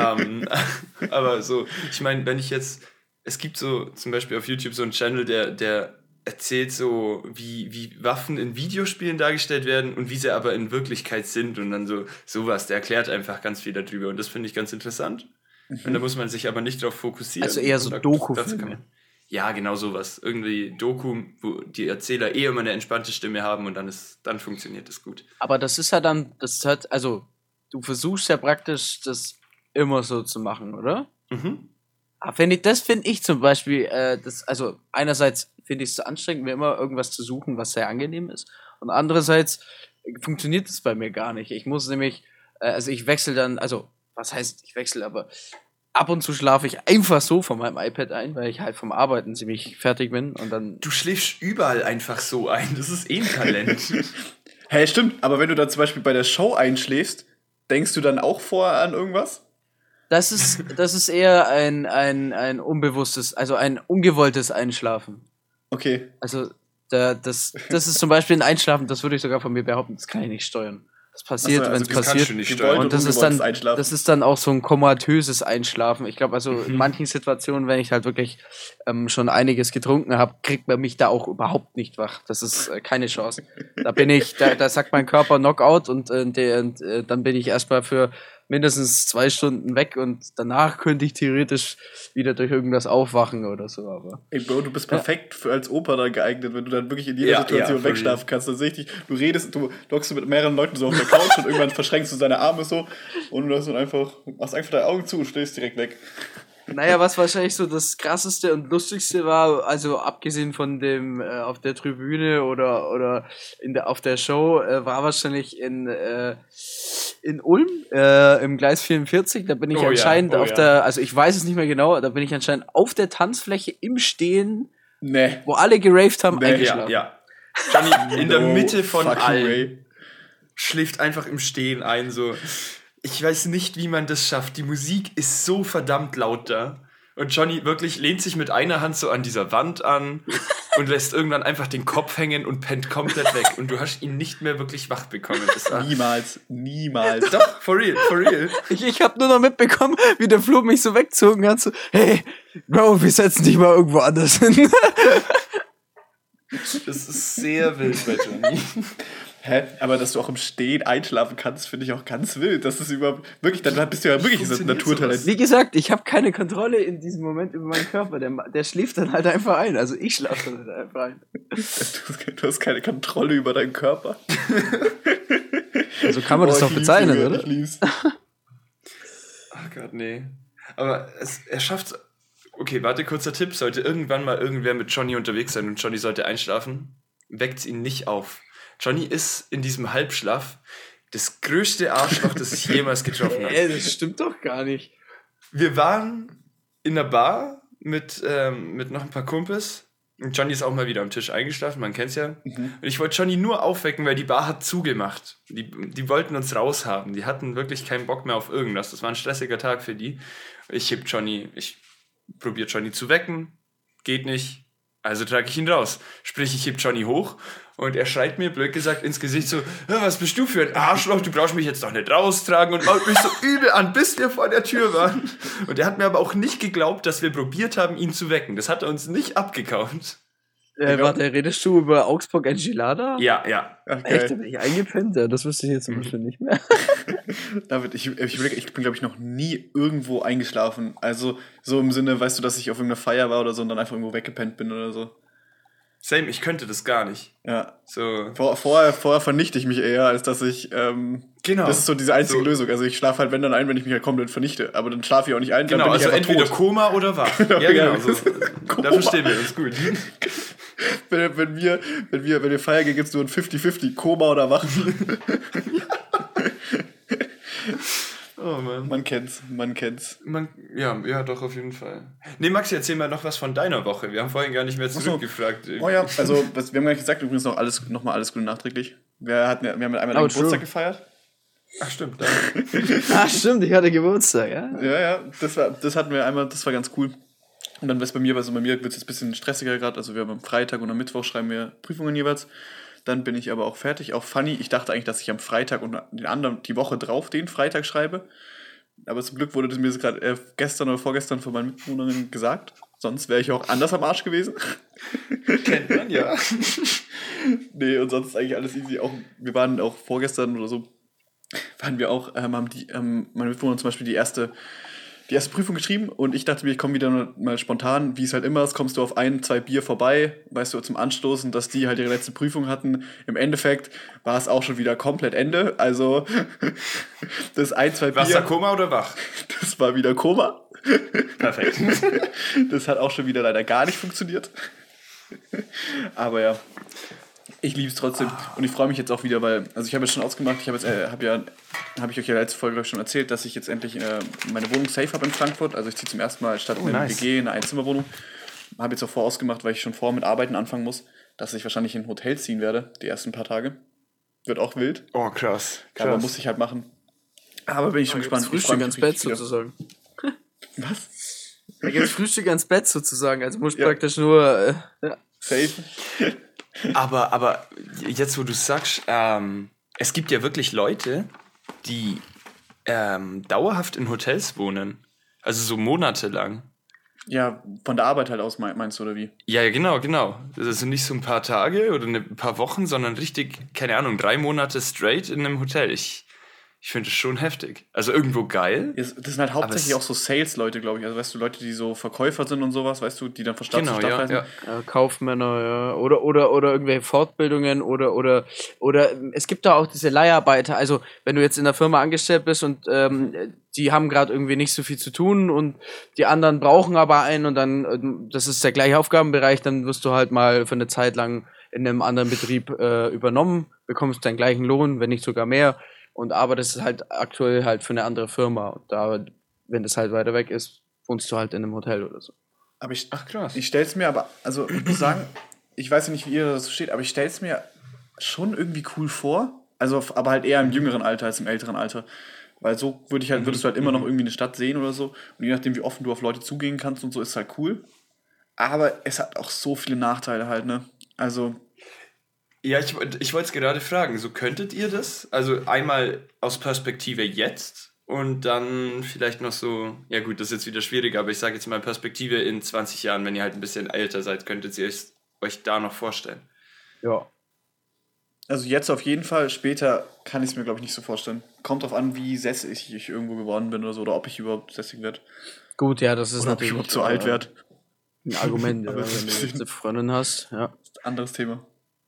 Aber so, ich meine, es gibt so zum Beispiel auf YouTube so einen Channel, der erzählt so, wie Waffen in Videospielen dargestellt werden und wie sie aber in Wirklichkeit sind und dann sowas, der erklärt einfach ganz viel darüber und das finde ich ganz interessant. Und da muss man sich aber nicht drauf fokussieren. Also eher so Doku-Filme. Ja, genau sowas. Irgendwie Doku, wo die Erzähler immer eine entspannte Stimme haben und dann funktioniert das gut. Aber das ist ja dann, also du versuchst ja praktisch, das immer so zu machen, oder? Mhm. Das finde ich zum Beispiel, also einerseits finde ich es zu anstrengend, mir immer irgendwas zu suchen, was sehr angenehm ist. Und andererseits funktioniert es bei mir gar nicht. Ich muss nämlich, ich wechsle dann, also was heißt, ich wechsle, aber ab und zu schlafe ich einfach so von meinem iPad ein, weil ich halt vom Arbeiten ziemlich fertig bin und dann... Du schläfst überall einfach so ein, das ist ein Talent. Hey, stimmt, aber wenn du dann zum Beispiel bei der Show einschläfst, denkst du dann auch vorher an irgendwas? Das ist eher ein unbewusstes, also ein ungewolltes Einschlafen. Okay. Also das ist zum Beispiel ein Einschlafen, das würde ich sogar von mir behaupten, das kann ich nicht steuern. Das passiert, wenn es passiert. Und das ist dann auch so ein komatöses Einschlafen. Ich glaube, also in manchen Situationen, wenn ich halt wirklich schon einiges getrunken habe, kriegt man mich da auch überhaupt nicht wach. Das ist keine Chance. Da sagt mein Körper Knockout und dann bin ich erstmal für mindestens 2 Stunden weg und danach könnte ich theoretisch wieder durch irgendwas aufwachen oder so. Aber ey Bro, du bist perfekt als Opa da geignet, wenn du dann wirklich in jeder Situation wegschlafen kannst. Das ist richtig, du lockst mit mehreren Leuten so auf der Couch und irgendwann verschränkst du deine Arme so und du machst einfach deine Augen zu und schläfst direkt weg. Naja, was wahrscheinlich so das Krasseste und Lustigste war, also abgesehen von dem auf der Tribüne oder auf der Show, war wahrscheinlich in Ulm, im Gleis 44, da bin ich anscheinend also ich weiß es nicht mehr genau, da bin ich anscheinend auf der Tanzfläche im Stehen, wo alle geraved haben, eingeschlafen. Ja. Johnny, in der Mitte von allen schläft einfach im Stehen ein, so. Ich weiß nicht, wie man das schafft. Die Musik ist so verdammt laut da. Und Johnny wirklich lehnt sich mit einer Hand so an dieser Wand an und lässt irgendwann einfach den Kopf hängen und pennt komplett weg. Und du hast ihn nicht mehr wirklich wach bekommen. Niemals. Doch, for real. Ich habe nur noch mitbekommen, wie der Flo mich so wegzogen hat. So, hey, Bro, wir setzen dich mal irgendwo anders hin. Das ist sehr wild bei Johnny. Hä? Aber dass du auch im Stehen einschlafen kannst, finde ich auch ganz wild. Das ist überhaupt wirklich, dann bist du ja wirklich ein Naturtalent. Wie gesagt, ich habe keine Kontrolle in diesem Moment über meinen Körper. Der schläft dann halt einfach ein. Also ich schlafe dann halt einfach ein. Du hast keine Kontrolle über deinen Körper. Also kann man das doch bezeichnen, oder? Ich lieb's. Ach Gott, nee. Aber er schafft's. Okay, warte, kurzer Tipp. Sollte irgendwann mal irgendwer mit Johnny unterwegs sein und Johnny sollte einschlafen, weckt's ihn nicht auf. Johnny ist in diesem Halbschlaf das größte Arschloch, das ich jemals getroffen habe. Das stimmt doch gar nicht. Wir waren in einer Bar mit noch ein paar Kumpels. Und Johnny ist auch mal wieder am Tisch eingeschlafen, man kennt's ja. Und ich wollte Johnny nur aufwecken, weil die Bar hat zugemacht. Die wollten uns raushaben. Die hatten wirklich keinen Bock mehr auf irgendwas. Das war ein stressiger Tag für die. Ich probiere Johnny zu wecken. Geht nicht. Also trage ich ihn raus. Sprich, ich heb Johnny hoch und er schreit mir, blöd gesagt, ins Gesicht so, was bist du für ein Arschloch, du brauchst mich jetzt doch nicht raustragen, und mault mich so übel an, bis wir vor der Tür waren. Und er hat mir aber auch nicht geglaubt, dass wir probiert haben, ihn zu wecken. Das hat er uns nicht abgekauft. Warte, redest du über Augsburg Enchilada? Ja. Okay. Echt? Da bin ich eingepennt? Ja, das wüsste ich jetzt zum Beispiel nicht mehr. David, ich bin, glaube ich, noch nie irgendwo eingeschlafen. Also so im Sinne, weißt du, dass ich auf irgendeiner Feier war oder so und dann einfach irgendwo weggepennt bin oder so. Same, ich könnte das gar nicht. Ja. So. Vorher vernichte ich mich eher, als dass ich. Genau. Das ist so diese einzige Lösung. Also ich schlafe halt, wenn dann ein, wenn ich mich halt komplett vernichte. Aber dann schlafe ich auch nicht ein. Genau, dann bin ich also entweder tot. Koma oder wach. Ja, genau. So. Da verstehen wir uns gut. Wenn wir feiern gehen, gibt es nur ein 50-50, Koma oder wach. Oh Mann. Man kennt's. Ja, doch, auf jeden Fall. Nee, Maxi, erzähl mal noch was von deiner Woche. Wir haben vorhin gar nicht mehr zurückgefragt. Oh ja, also wir haben gar nicht gesagt, übrigens noch mal alles Gute nachträglich. Wir haben einmal den Geburtstag gefeiert. Ach stimmt. Ach stimmt, ich hatte Geburtstag, ja? Ja, das hatten wir einmal, das war ganz cool. Und dann bei mir wird es jetzt ein bisschen stressiger gerade. Also wir haben am Freitag und am Mittwoch schreiben wir Prüfungen jeweils. Dann bin ich aber auch fertig. Auch funny, ich dachte eigentlich, dass ich am Freitag und die Woche drauf den Freitag schreibe. Aber zum Glück wurde das mir gerade gestern oder vorgestern von meiner Mitbewohnerin gesagt. Sonst wäre ich auch anders am Arsch gewesen. Kennt man, ja. Nee, und sonst eigentlich alles easy. Wir waren auch vorgestern oder so, haben meine Mitbewohnerin zum Beispiel die erste Prüfung geschrieben und ich dachte mir, ich komme wieder mal spontan, wie es halt immer ist, kommst du auf 1-2 Bier vorbei, weißt du, zum Anstoßen, dass die halt ihre letzte Prüfung hatten. Im Endeffekt war es auch schon wieder komplett Ende, also das 1-2 Bier... Warst du Koma oder wach? Das war wieder Koma. Perfekt. Das hat auch schon wieder leider gar nicht funktioniert. Aber ja, ich liebe es trotzdem und ich freue mich jetzt auch wieder, weil, also ich habe jetzt schon ausgemacht, habe ich euch ja letzte Folge, glaube ich, schon erzählt, dass ich jetzt endlich meine Wohnung safe habe in Frankfurt. Also ich ziehe zum ersten Mal statt einer WG eine Einzimmerwohnung. Habe jetzt auch vorausgemacht, weil ich schon vorher mit Arbeiten anfangen muss, dass ich wahrscheinlich in ein Hotel ziehen werde, die ersten paar Tage. Wird auch wild. Oh, krass. Aber muss ich halt machen. Aber bin ich schon gespannt. Frühstück ans Bett sozusagen. Was? Da gibt Frühstück ans Bett sozusagen, also musst praktisch nur... Safe. Aber jetzt, wo du sagst, es gibt ja wirklich Leute, die dauerhaft in Hotels wohnen. Also so monatelang. Ja, von der Arbeit halt aus meinst du, oder wie? Ja, genau. Das sind nicht so ein paar Tage oder ein paar Wochen, sondern richtig, keine Ahnung, 3 Monate straight in einem Hotel. Ich finde es schon heftig. Also irgendwo geil. Das sind halt hauptsächlich auch so Sales-Leute, glaube ich. Also weißt du, Leute, die so Verkäufer sind und sowas, weißt du, die dann von Stadt zu Stadt reisen. Ja, Kaufmänner, ja. Oder irgendwelche Fortbildungen oder es gibt da auch diese Leiharbeiter. Also wenn du jetzt in der Firma angestellt bist und die haben gerade irgendwie nicht so viel zu tun und die anderen brauchen aber einen und dann, das ist der gleiche Aufgabenbereich, dann wirst du halt mal für eine Zeit lang in einem anderen Betrieb übernommen, bekommst deinen gleichen Lohn, wenn nicht sogar mehr. Und arbeitest halt aktuell halt für eine andere Firma. Und da, wenn das halt weiter weg ist, wohnst du halt in einem Hotel oder so. Aber krass. Ich stell's mir aber, also ich muss sagen, ich weiß ja nicht, wie ihr da so steht, aber ich stell's mir schon irgendwie cool vor. Also, aber halt eher im jüngeren Alter als im älteren Alter. Weil so würdest du halt immer noch irgendwie eine Stadt sehen oder so. Und je nachdem, wie offen du auf Leute zugehen kannst und so, ist es halt cool. Aber es hat auch so viele Nachteile halt, ne? Also... Ja, ich wollte es gerade fragen, so könntet ihr das? Also einmal aus Perspektive jetzt und dann vielleicht noch so, ja gut, das ist jetzt wieder schwierig, aber ich sage jetzt mal Perspektive in 20 Jahren, wenn ihr halt ein bisschen älter seid, könntet ihr euch da noch vorstellen? Ja. Also jetzt auf jeden Fall, später kann ich es mir, glaube ich, nicht so vorstellen. Kommt drauf an, wie sässig ich irgendwo geworden bin oder so, oder ob ich überhaupt sässig werde. Gut, ja, das ist Oder ob ich überhaupt so alt werde. Ein Argument, Aber wenn das ist du ein jetzt eine Freundin hast. Ja. anderes Thema.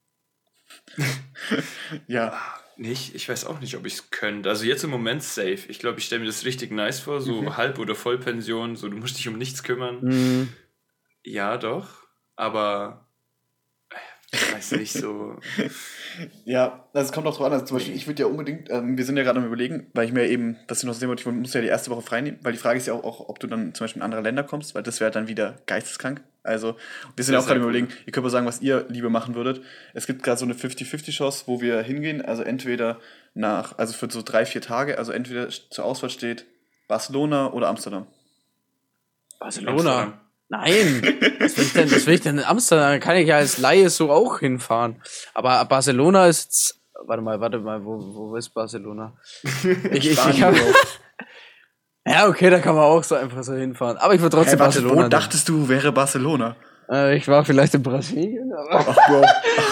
Ja. Nicht, ich weiß auch nicht, ob ich es könnte. Also jetzt im Moment safe. Ich glaube, ich stelle mir das richtig nice vor, so Halb- oder Vollpension, so du musst dich um nichts kümmern. Mhm. Ja, doch. Aber ich weiß nicht so. Ja, also es kommt auch drauf an. Also zum Beispiel, ich würde ja unbedingt, wir sind ja gerade am Überlegen, weil ich mir eben, was ich noch sehen wollte, ich muss ja die erste Woche frei nehmen, weil die Frage ist ja auch, ob du dann zum Beispiel in andere Länder kommst, weil das wäre dann wieder geisteskrank. Also, wir sind ja auch gerade am Überlegen, ihr könnt mal sagen, was ihr lieber machen würdet. Es gibt gerade so eine 50-50-Chance, wo wir hingehen, also entweder also für so 3-4 Tage, also entweder zur Auswahl steht Barcelona oder Amsterdam. Barcelona? Nein! Was will ich denn in Amsterdam? Da kann ich ja als Laie so auch hinfahren. Aber Barcelona ist jetzt. Warte mal, wo ist Barcelona? Ich hab, ja, okay, da kann man auch so einfach so hinfahren. Aber ich würde trotzdem Barcelona. Wo dachtest du, wäre Barcelona? Ich war vielleicht in Brasilien, aber. Ach, Bro.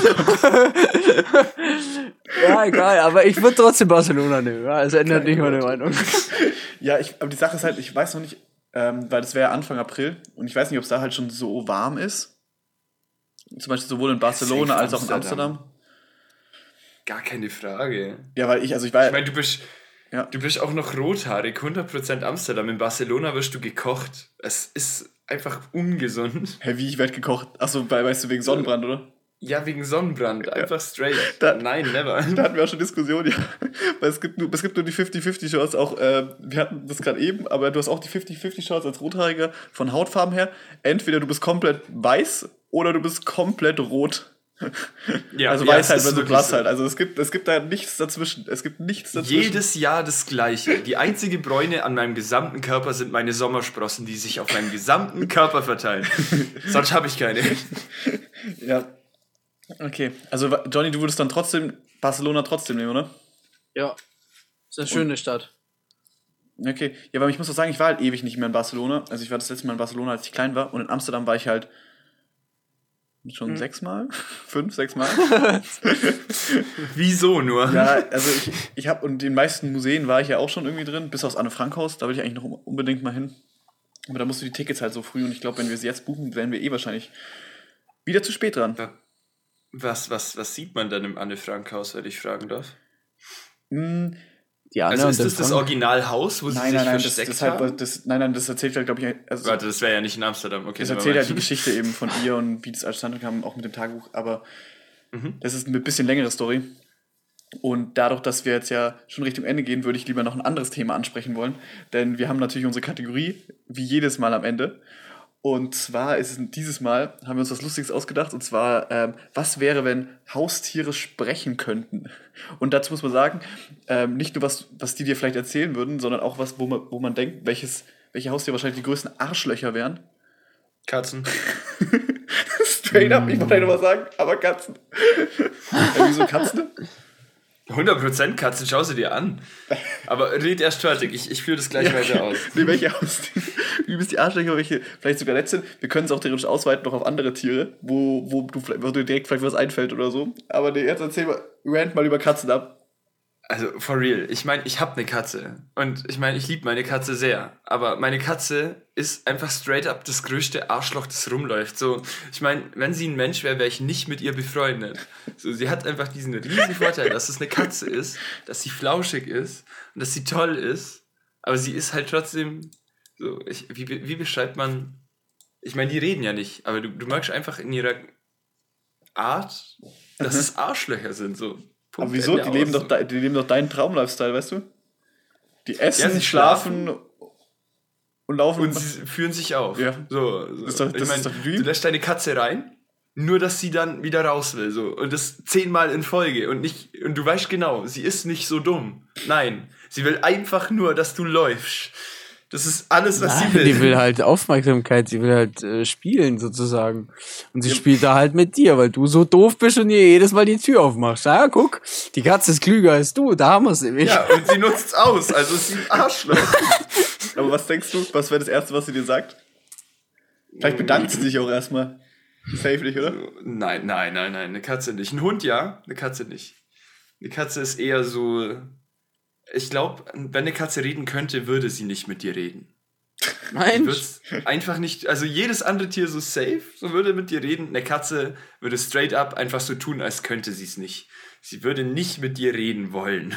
Ja, egal, aber ich würde trotzdem Barcelona nehmen. Ja, es ändert nicht meine Meinung. Ja, aber die Sache ist halt, ich weiß noch nicht, weil das wäre ja Anfang April und ich weiß nicht, ob es da halt schon so warm ist. Zum Beispiel sowohl in Barcelona als auch in Amsterdam. Gar keine Frage. Ja, weil ich meine, du bist auch noch rothaarig, 100% Amsterdam. In Barcelona wirst du gekocht. Es ist einfach ungesund. Hä, wie, ich werde gekocht? Achso, weißt du, wegen Sonnenbrand, oder? Ja, wegen Sonnenbrand. Einfach straight. Nein, never. Da hatten wir auch schon Diskussionen, ja. Weil es gibt nur die 50-50-Chance. Auch, wir hatten das gerade eben, aber du hast auch die 50-50-Chance als Rothaariger von Hautfarben her. Entweder du bist komplett weiß oder du bist komplett rot. Ja, also weiß halt, wenn du blass halt. Also es gibt da nichts dazwischen. Es gibt nichts dazwischen. Jedes Jahr das Gleiche. Die einzige Bräune an meinem gesamten Körper sind meine Sommersprossen, die sich auf meinem gesamten Körper verteilen. Sonst habe ich keine. Ja. Okay. Also Johnny, du würdest dann trotzdem Barcelona nehmen, oder? Ja. Ist eine schöne Stadt. Okay. Ja, aber ich muss auch sagen, ich war halt ewig nicht mehr in Barcelona. Also ich war das letzte Mal in Barcelona, als ich klein war. Und in Amsterdam war ich halt schon 6 Mal? 5, 6 Mal? Wieso nur? Ja, also ich habe, und in den meisten Museen war ich ja auch schon irgendwie drin, bis aufs Anne-Frank-Haus, da will ich eigentlich noch unbedingt mal hin. Aber da musst du die Tickets halt so früh und ich glaube, wenn wir sie jetzt buchen, wären wir wahrscheinlich wieder zu spät dran. Was sieht man denn im Anne-Frank-Haus, wenn ich fragen darf? Die Anne also ist das Originalhaus, wo sie sich versteckt haben? Nein, das erzählt halt, glaube ich... Also, warte, das wäre ja nicht in Amsterdam. Okay, das erzählt halt die Geschichte eben von ihr und wie das alles zustande kam, auch mit dem Tagebuch. Aber das ist eine bisschen längere Story. Und dadurch, dass wir jetzt ja schon Richtung Ende gehen, würde ich lieber noch ein anderes Thema ansprechen wollen. Denn wir haben natürlich unsere Kategorie, wie jedes Mal am Ende. Und zwar ist es dieses Mal, haben wir uns was Lustiges ausgedacht, und zwar, was wäre, wenn Haustiere sprechen könnten? Und dazu muss man sagen, nicht nur was die dir vielleicht erzählen würden, sondern auch was, wo man denkt, welche Haustiere wahrscheinlich die größten Arschlöcher wären. Katzen. Straight up, ich wollte nur was sagen, aber Katzen. Wieso Katzen? 100% Katzen, schau sie dir an. Aber red erst fertig, ich führe das gleich weiter aus. Nee, welche Haustiere? Übelst die Arschlöcher, welche vielleicht sogar nett sind. Wir können es auch theoretisch ausweiten noch auf andere Tiere, wo dir direkt vielleicht was einfällt oder so. Aber nee, jetzt erzähl mal, rant mal über Katzen ab. Also, for real, ich meine, ich habe eine Katze. Und ich meine, ich liebe meine Katze sehr. Aber meine Katze ist einfach straight up das größte Arschloch, das rumläuft. So, ich meine, wenn sie ein Mensch wäre, wäre ich nicht mit ihr befreundet. So, sie hat einfach diesen riesen Vorteil, dass es eine Katze ist, dass sie flauschig ist und dass sie toll ist. Aber sie ist halt trotzdem so, wie beschreibt man... Ich meine, die reden ja nicht, aber du merkst einfach in ihrer Art, dass es Arschlöcher sind, so. Punkt, aber wieso? Die leben doch deinen Traum-Lifestyle, weißt du? Die essen, ja, sie schlafen und laufen. Und sie führen sich auf. Ja. So. Ist doch du lässt deine Katze rein, nur dass sie dann wieder raus will. So. Und das 10-mal in Folge. Und du weißt genau, sie ist nicht so dumm. Nein, sie will einfach nur, dass du läufst. Das ist alles, was sie will. Die will halt Aufmerksamkeit, sie will halt spielen sozusagen. Und sie spielt da halt mit dir, weil du so doof bist und ihr jedes Mal die Tür aufmachst. Ja, guck, die Katze ist klüger als du, da haben wir es nämlich. Ja, und sie nutzt es aus, also ist sie ein Arschloch. Aber was denkst du, was wäre das Erste, was sie dir sagt? Vielleicht bedankt sie sich auch erstmal. Safe nicht, oder? So, nein, eine Katze nicht. Ein Hund ja, eine Katze nicht. Eine Katze ist eher so... Ich glaube, wenn eine Katze reden könnte, würde sie nicht mit dir reden. Nein. Einfach nicht... Also jedes andere Tier so safe, so würde mit dir reden. Eine Katze würde straight up einfach so tun, als könnte sie es nicht. Sie würde nicht mit dir reden wollen.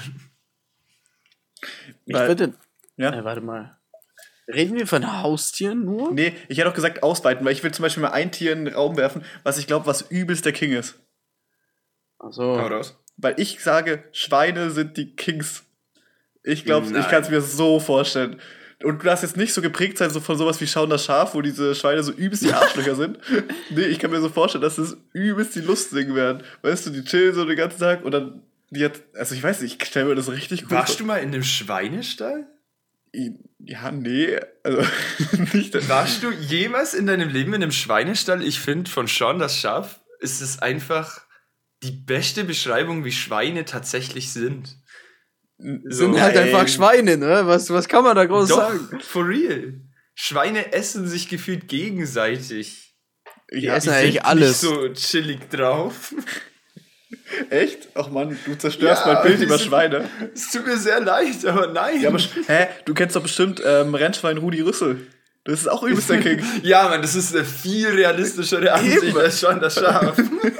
Ich würde... Ja? Warte mal. Reden wir von Haustieren nur? Nee, ich hätte auch gesagt ausweiten, weil ich will zum Beispiel mal ein Tier in den Raum werfen, was ich glaube, was übelst der King ist. Ach so. Weil ich sage, Schweine sind die Kings. Ich glaube, ich kann es mir so vorstellen. Und du darfst jetzt nicht so geprägt sein so von sowas wie Schauen das Schaf, wo diese Schweine so übelst die Arschlöcher sind. Nee, ich kann mir so vorstellen, dass das übelst die Lustigen werden. Weißt du, die chillen so den ganzen Tag und dann, also ich weiß nicht, ich stelle mir das richtig gut vor. Warst du mal in einem Schweinestall? Ja, nee, also nicht. Warst du jemals in deinem Leben in einem Schweinestall? Ich finde, von Schauen das Schaf ist es einfach die beste Beschreibung, wie Schweine tatsächlich sind. Sind halt einfach Schweine, ne? Was kann man da groß sagen? For real. Schweine essen sich gefühlt gegenseitig. Die essen eigentlich alles. Nicht so chillig drauf. Echt? Ach Mann, du zerstörst mein Bild über Schweine. Es tut mir sehr leid, aber nein. Ja, aber, du kennst doch bestimmt Rennschwein Rudi Rüssel. Das ist auch übelst der King. Ja, Mann, das ist eine viel realistischere Ansicht als Schauen das Schaf.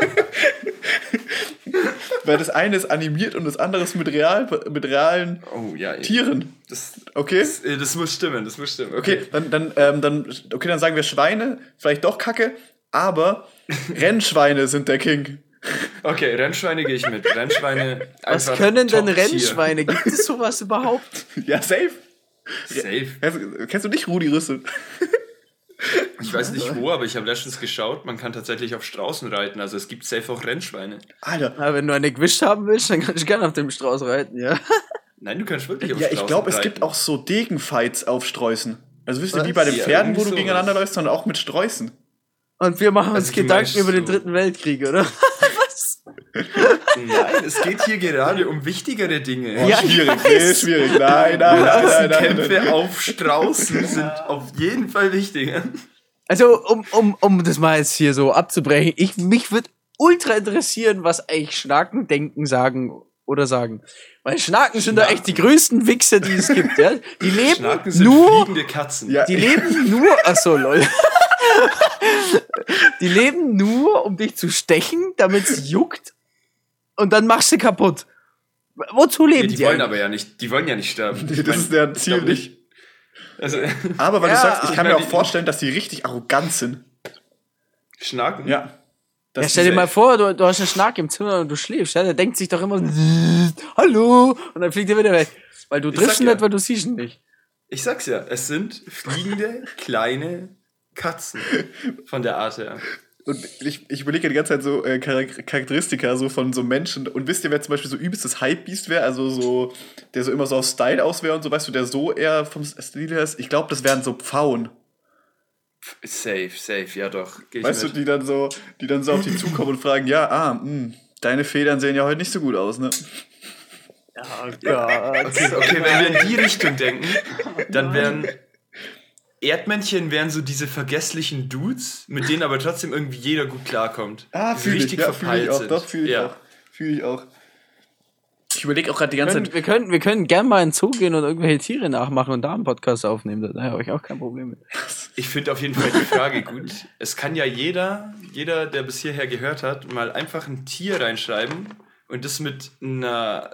Weil das eine ist animiert und das andere ist mit realen Tieren. Das muss stimmen, Okay, dann sagen wir Schweine, vielleicht doch Kacke, aber Rennschweine sind der King. Okay, Rennschweine gehe ich mit. Rennschweine. Was können denn Rennschweine? Gibt es sowas überhaupt? Ja, safe. Kennst du nicht Rudi Rüssel? Ich weiß nicht wo, aber ich habe letztens geschaut, man kann tatsächlich auf Straußen reiten, also es gibt safe auch Rennschweine. Alter. Aber wenn du eine gewischt haben willst, dann kannst du gerne auf dem Strauß reiten, ja. Nein, du kannst wirklich auf Straußen reiten. Ja, ich glaube, es gibt auch so Degenfights auf Sträußen. Also wisst ihr, wie bei den Pferden, wo du gegeneinander läufst, sondern auch mit Sträußen. Und wir machen uns Gedanken über den Dritten Weltkrieg, oder? Was? Nein, es geht hier gerade um wichtigere Dinge. Ja, schwierig. Nein. Kämpfe auf Straußen sind auf jeden Fall wichtiger. Also, um das mal jetzt hier so abzubrechen, mich würde ultra interessieren, was eigentlich Schnaken denken, sagen. Weil Schnaken sind da echt die größten Wichser, die es gibt, ja? Die leben Schnaken sind fliegende Katzen. Ja. Die leben nur, achso, lol. Die leben nur, um dich zu stechen, damit es juckt und dann machst du kaputt. Wozu leben die? Die wollen aber ja nicht, die wollen ja nicht sterben. Das ist deren Ziel nicht. Also, aber weil du sagst, ich kann mir auch vorstellen, dass die richtig arrogant sind. Schnaken? Ja. Ja, stell dir mal vor, du hast einen Schnack im Zimmer und du schläfst, ja? Der denkt sich doch immer, hallo, und dann fliegt er wieder weg. Weil du triffst ihn nicht, weil du siehst ihn nicht. Ich sag's ja, es sind fliegende, kleine Katzen von der Art her. Und ich überlege die ganze Zeit so Charakteristika so von so Menschen. Und wisst ihr, wer zum Beispiel so übelstes Hypebeast wäre? Also so, der so immer so auf Style aus wäre und so, weißt du, der so eher vom Stil her ist? Ich glaube, das wären so Pfauen. Safe, ja doch. Weißt du, die dann so auf dich zukommen und fragen, deine Federn sehen ja heute nicht so gut aus, ne? Ja, okay, wenn wir in die Richtung denken, dann wären Erdmännchen so diese vergesslichen Dudes, mit denen aber trotzdem irgendwie jeder gut klarkommt. Fühle ich auch. Ich überlege auch gerade die ganze Zeit. Wir können gerne mal in den Zoo gehen und irgendwelche Tiere nachmachen und da einen Podcast aufnehmen. Da habe ich auch kein Problem mit. Ich finde auf jeden Fall die Frage gut. Es kann ja jeder, der bis hierher gehört hat, mal einfach ein Tier reinschreiben und das mit einer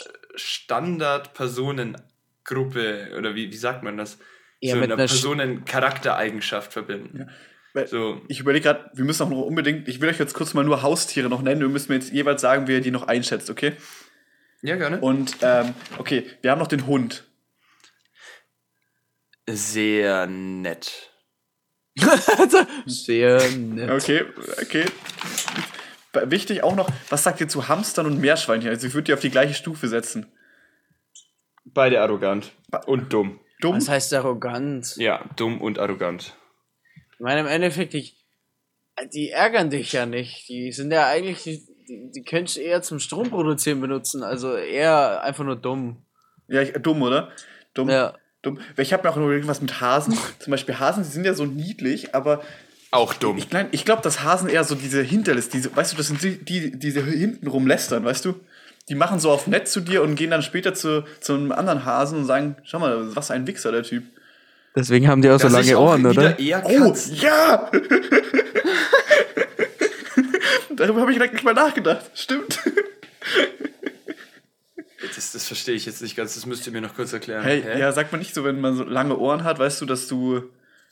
Standard-Personengruppe, oder wie sagt man das? Ja, so mit einer Personen-Charaktereigenschaft verbinden. Ja. So. Ich überlege gerade, wir müssen auch noch unbedingt, ich will euch jetzt kurz mal nur Haustiere noch nennen, wir müssen mir jetzt jeweils sagen, wie ihr die noch einschätzt, okay? Ja, gerne. Und, okay, wir haben noch den Hund. Sehr nett. Sehr nett. Okay. Wichtig auch noch, was sagt ihr zu Hamstern und Meerschweinchen? Also ich würde die auf die gleiche Stufe setzen. Beide arrogant und dumm. Was heißt arrogant? Ja, dumm und arrogant. Ich meine, im Endeffekt, die ärgern dich ja nicht. Die sind ja eigentlich, die könntest du eher zum Stromproduzieren benutzen. Also eher einfach nur dumm. Ja, dumm, oder? Dumm. Ja. Dumm. Ich habe mir auch noch irgendwas mit Hasen. Zum Beispiel Hasen, die sind ja so niedlich, aber Auch dumm. Ich glaube, dass Hasen eher so diese Hinterlist, weißt du, das sind diese hintenrum lästern, weißt du? Die machen so auf nett zu dir und gehen dann später zu einem anderen Hasen und sagen, schau mal, was ein Wichser, der Typ. Deswegen haben die auch so lange Ohren, oder? Oh, ja! Darüber habe ich nicht mal nachgedacht. Stimmt. Das verstehe ich jetzt nicht ganz, das müsst ihr mir noch kurz erklären. Hey, ja, sagt man nicht so, wenn man so lange Ohren hat, weißt du, dass du...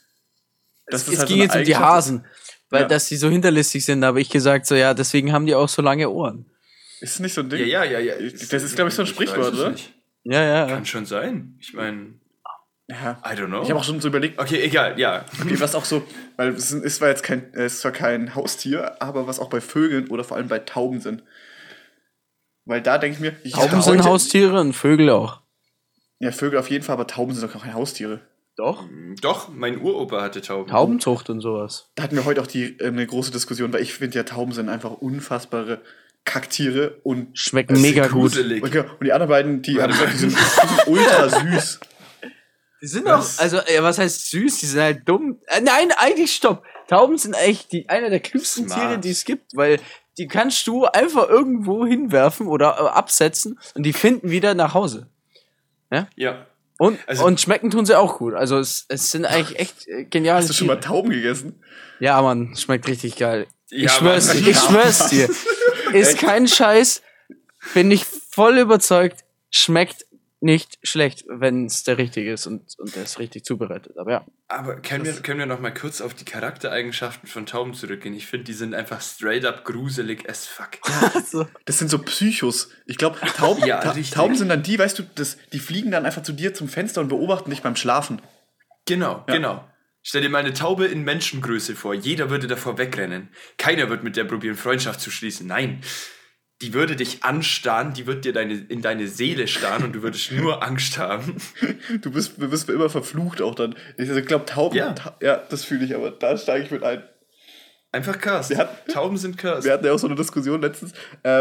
Es ging so jetzt um die Hasen, weil dass die so hinterlistig sind, aber ich gesagt so, ja, deswegen haben die auch so lange Ohren. Ist nicht so ein Ding? Ja. Das ist, glaube ich, so ein Sprichwort, oder? Ja. Kann schon sein. Ich meine... Ja. I don't know. Ich habe auch schon so überlegt... Okay, egal, ja. Okay, was auch so... Weil es ist zwar kein Haustier, aber was auch bei Vögeln oder vor allem bei Tauben sind. Weil da denke ich mir... Tauben sind Haustiere und Vögel auch. Ja, Vögel auf jeden Fall, aber Tauben sind doch auch keine Haustiere. Doch, mein Uropa hatte Tauben. Taubenzucht und sowas. Da hatten wir heute auch eine große Diskussion, weil ich finde ja, Tauben sind einfach unfassbare Kacktiere und schmecken mega gut. Okay. Und die anderen beiden, die sind ultra süß. Die sind auch, also, was heißt süß? Die sind halt dumm. Nein, eigentlich stopp. Tauben sind eigentlich einer der klügsten Tiere, die es gibt, weil die kannst du einfach irgendwo hinwerfen oder absetzen und die finden wieder nach Hause. Ja. Und schmecken tun sie auch gut. Also es sind eigentlich echt geniale Hast du schon mal Tauben gegessen? Ja, Mann, schmeckt richtig geil. Ja, ich schwör's dir. Ist kein Scheiß. Bin ich voll überzeugt. Schmeckt nicht schlecht, wenn es der richtige ist und der ist richtig zubereitet. Aber ja. Aber können wir noch mal kurz auf die Charaktereigenschaften von Tauben zurückgehen? Ich finde, die sind einfach straight up gruselig as fuck. Das sind so Psychos. Ich glaube, Tauben sind dann die, weißt du, die fliegen dann einfach zu dir zum Fenster und beobachten dich beim Schlafen. Genau. Stell dir mal eine Taube in Menschengröße vor. Jeder würde davor wegrennen. Keiner wird mit der probieren, Freundschaft zu schließen. Nein. Die würde dich anstarren, die wird dir in deine Seele starren und du würdest nur Angst haben. Du bist für immer verflucht auch dann. Ich glaube, Tauben, ja, das fühle ich, aber da steige ich mit ein. Einfach cursed. Tauben sind cursed. Wir hatten ja auch so eine Diskussion letztens,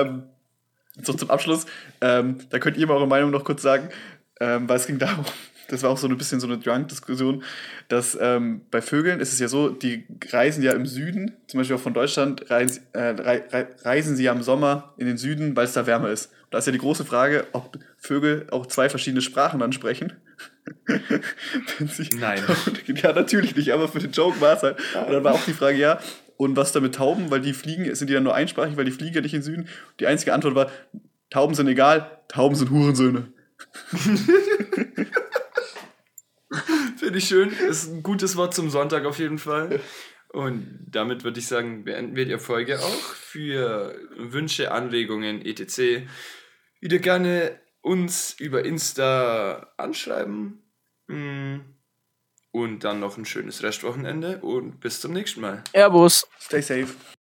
so zum Abschluss, da könnt ihr mal eure Meinung noch kurz sagen, weil es ging darum, das war auch so ein bisschen so eine Drunk-Diskussion, dass bei Vögeln ist es ja so, die reisen ja im Süden, zum Beispiel auch von Deutschland, reisen sie ja im Sommer in den Süden, weil es da wärmer ist. Da ist ja die große Frage, ob Vögel auch 2 verschiedene Sprachen dann sprechen. Nein. Ja, natürlich nicht, aber für den Joke war es halt. Und dann war auch die Frage, ja, und was da mit Tauben, weil die fliegen, sind die dann nur einsprachig, weil die fliegen ja nicht in den Süden. Die einzige Antwort war, Tauben sind egal, Tauben sind Hurensöhne. Finde ich schön. Ist ein gutes Wort zum Sonntag auf jeden Fall. Und damit würde ich sagen, beenden wir die Folge auch. Für Wünsche, Anregungen, etc. wieder gerne uns über Insta anschreiben. Und dann noch ein schönes Restwochenende und bis zum nächsten Mal. Servus. Stay safe.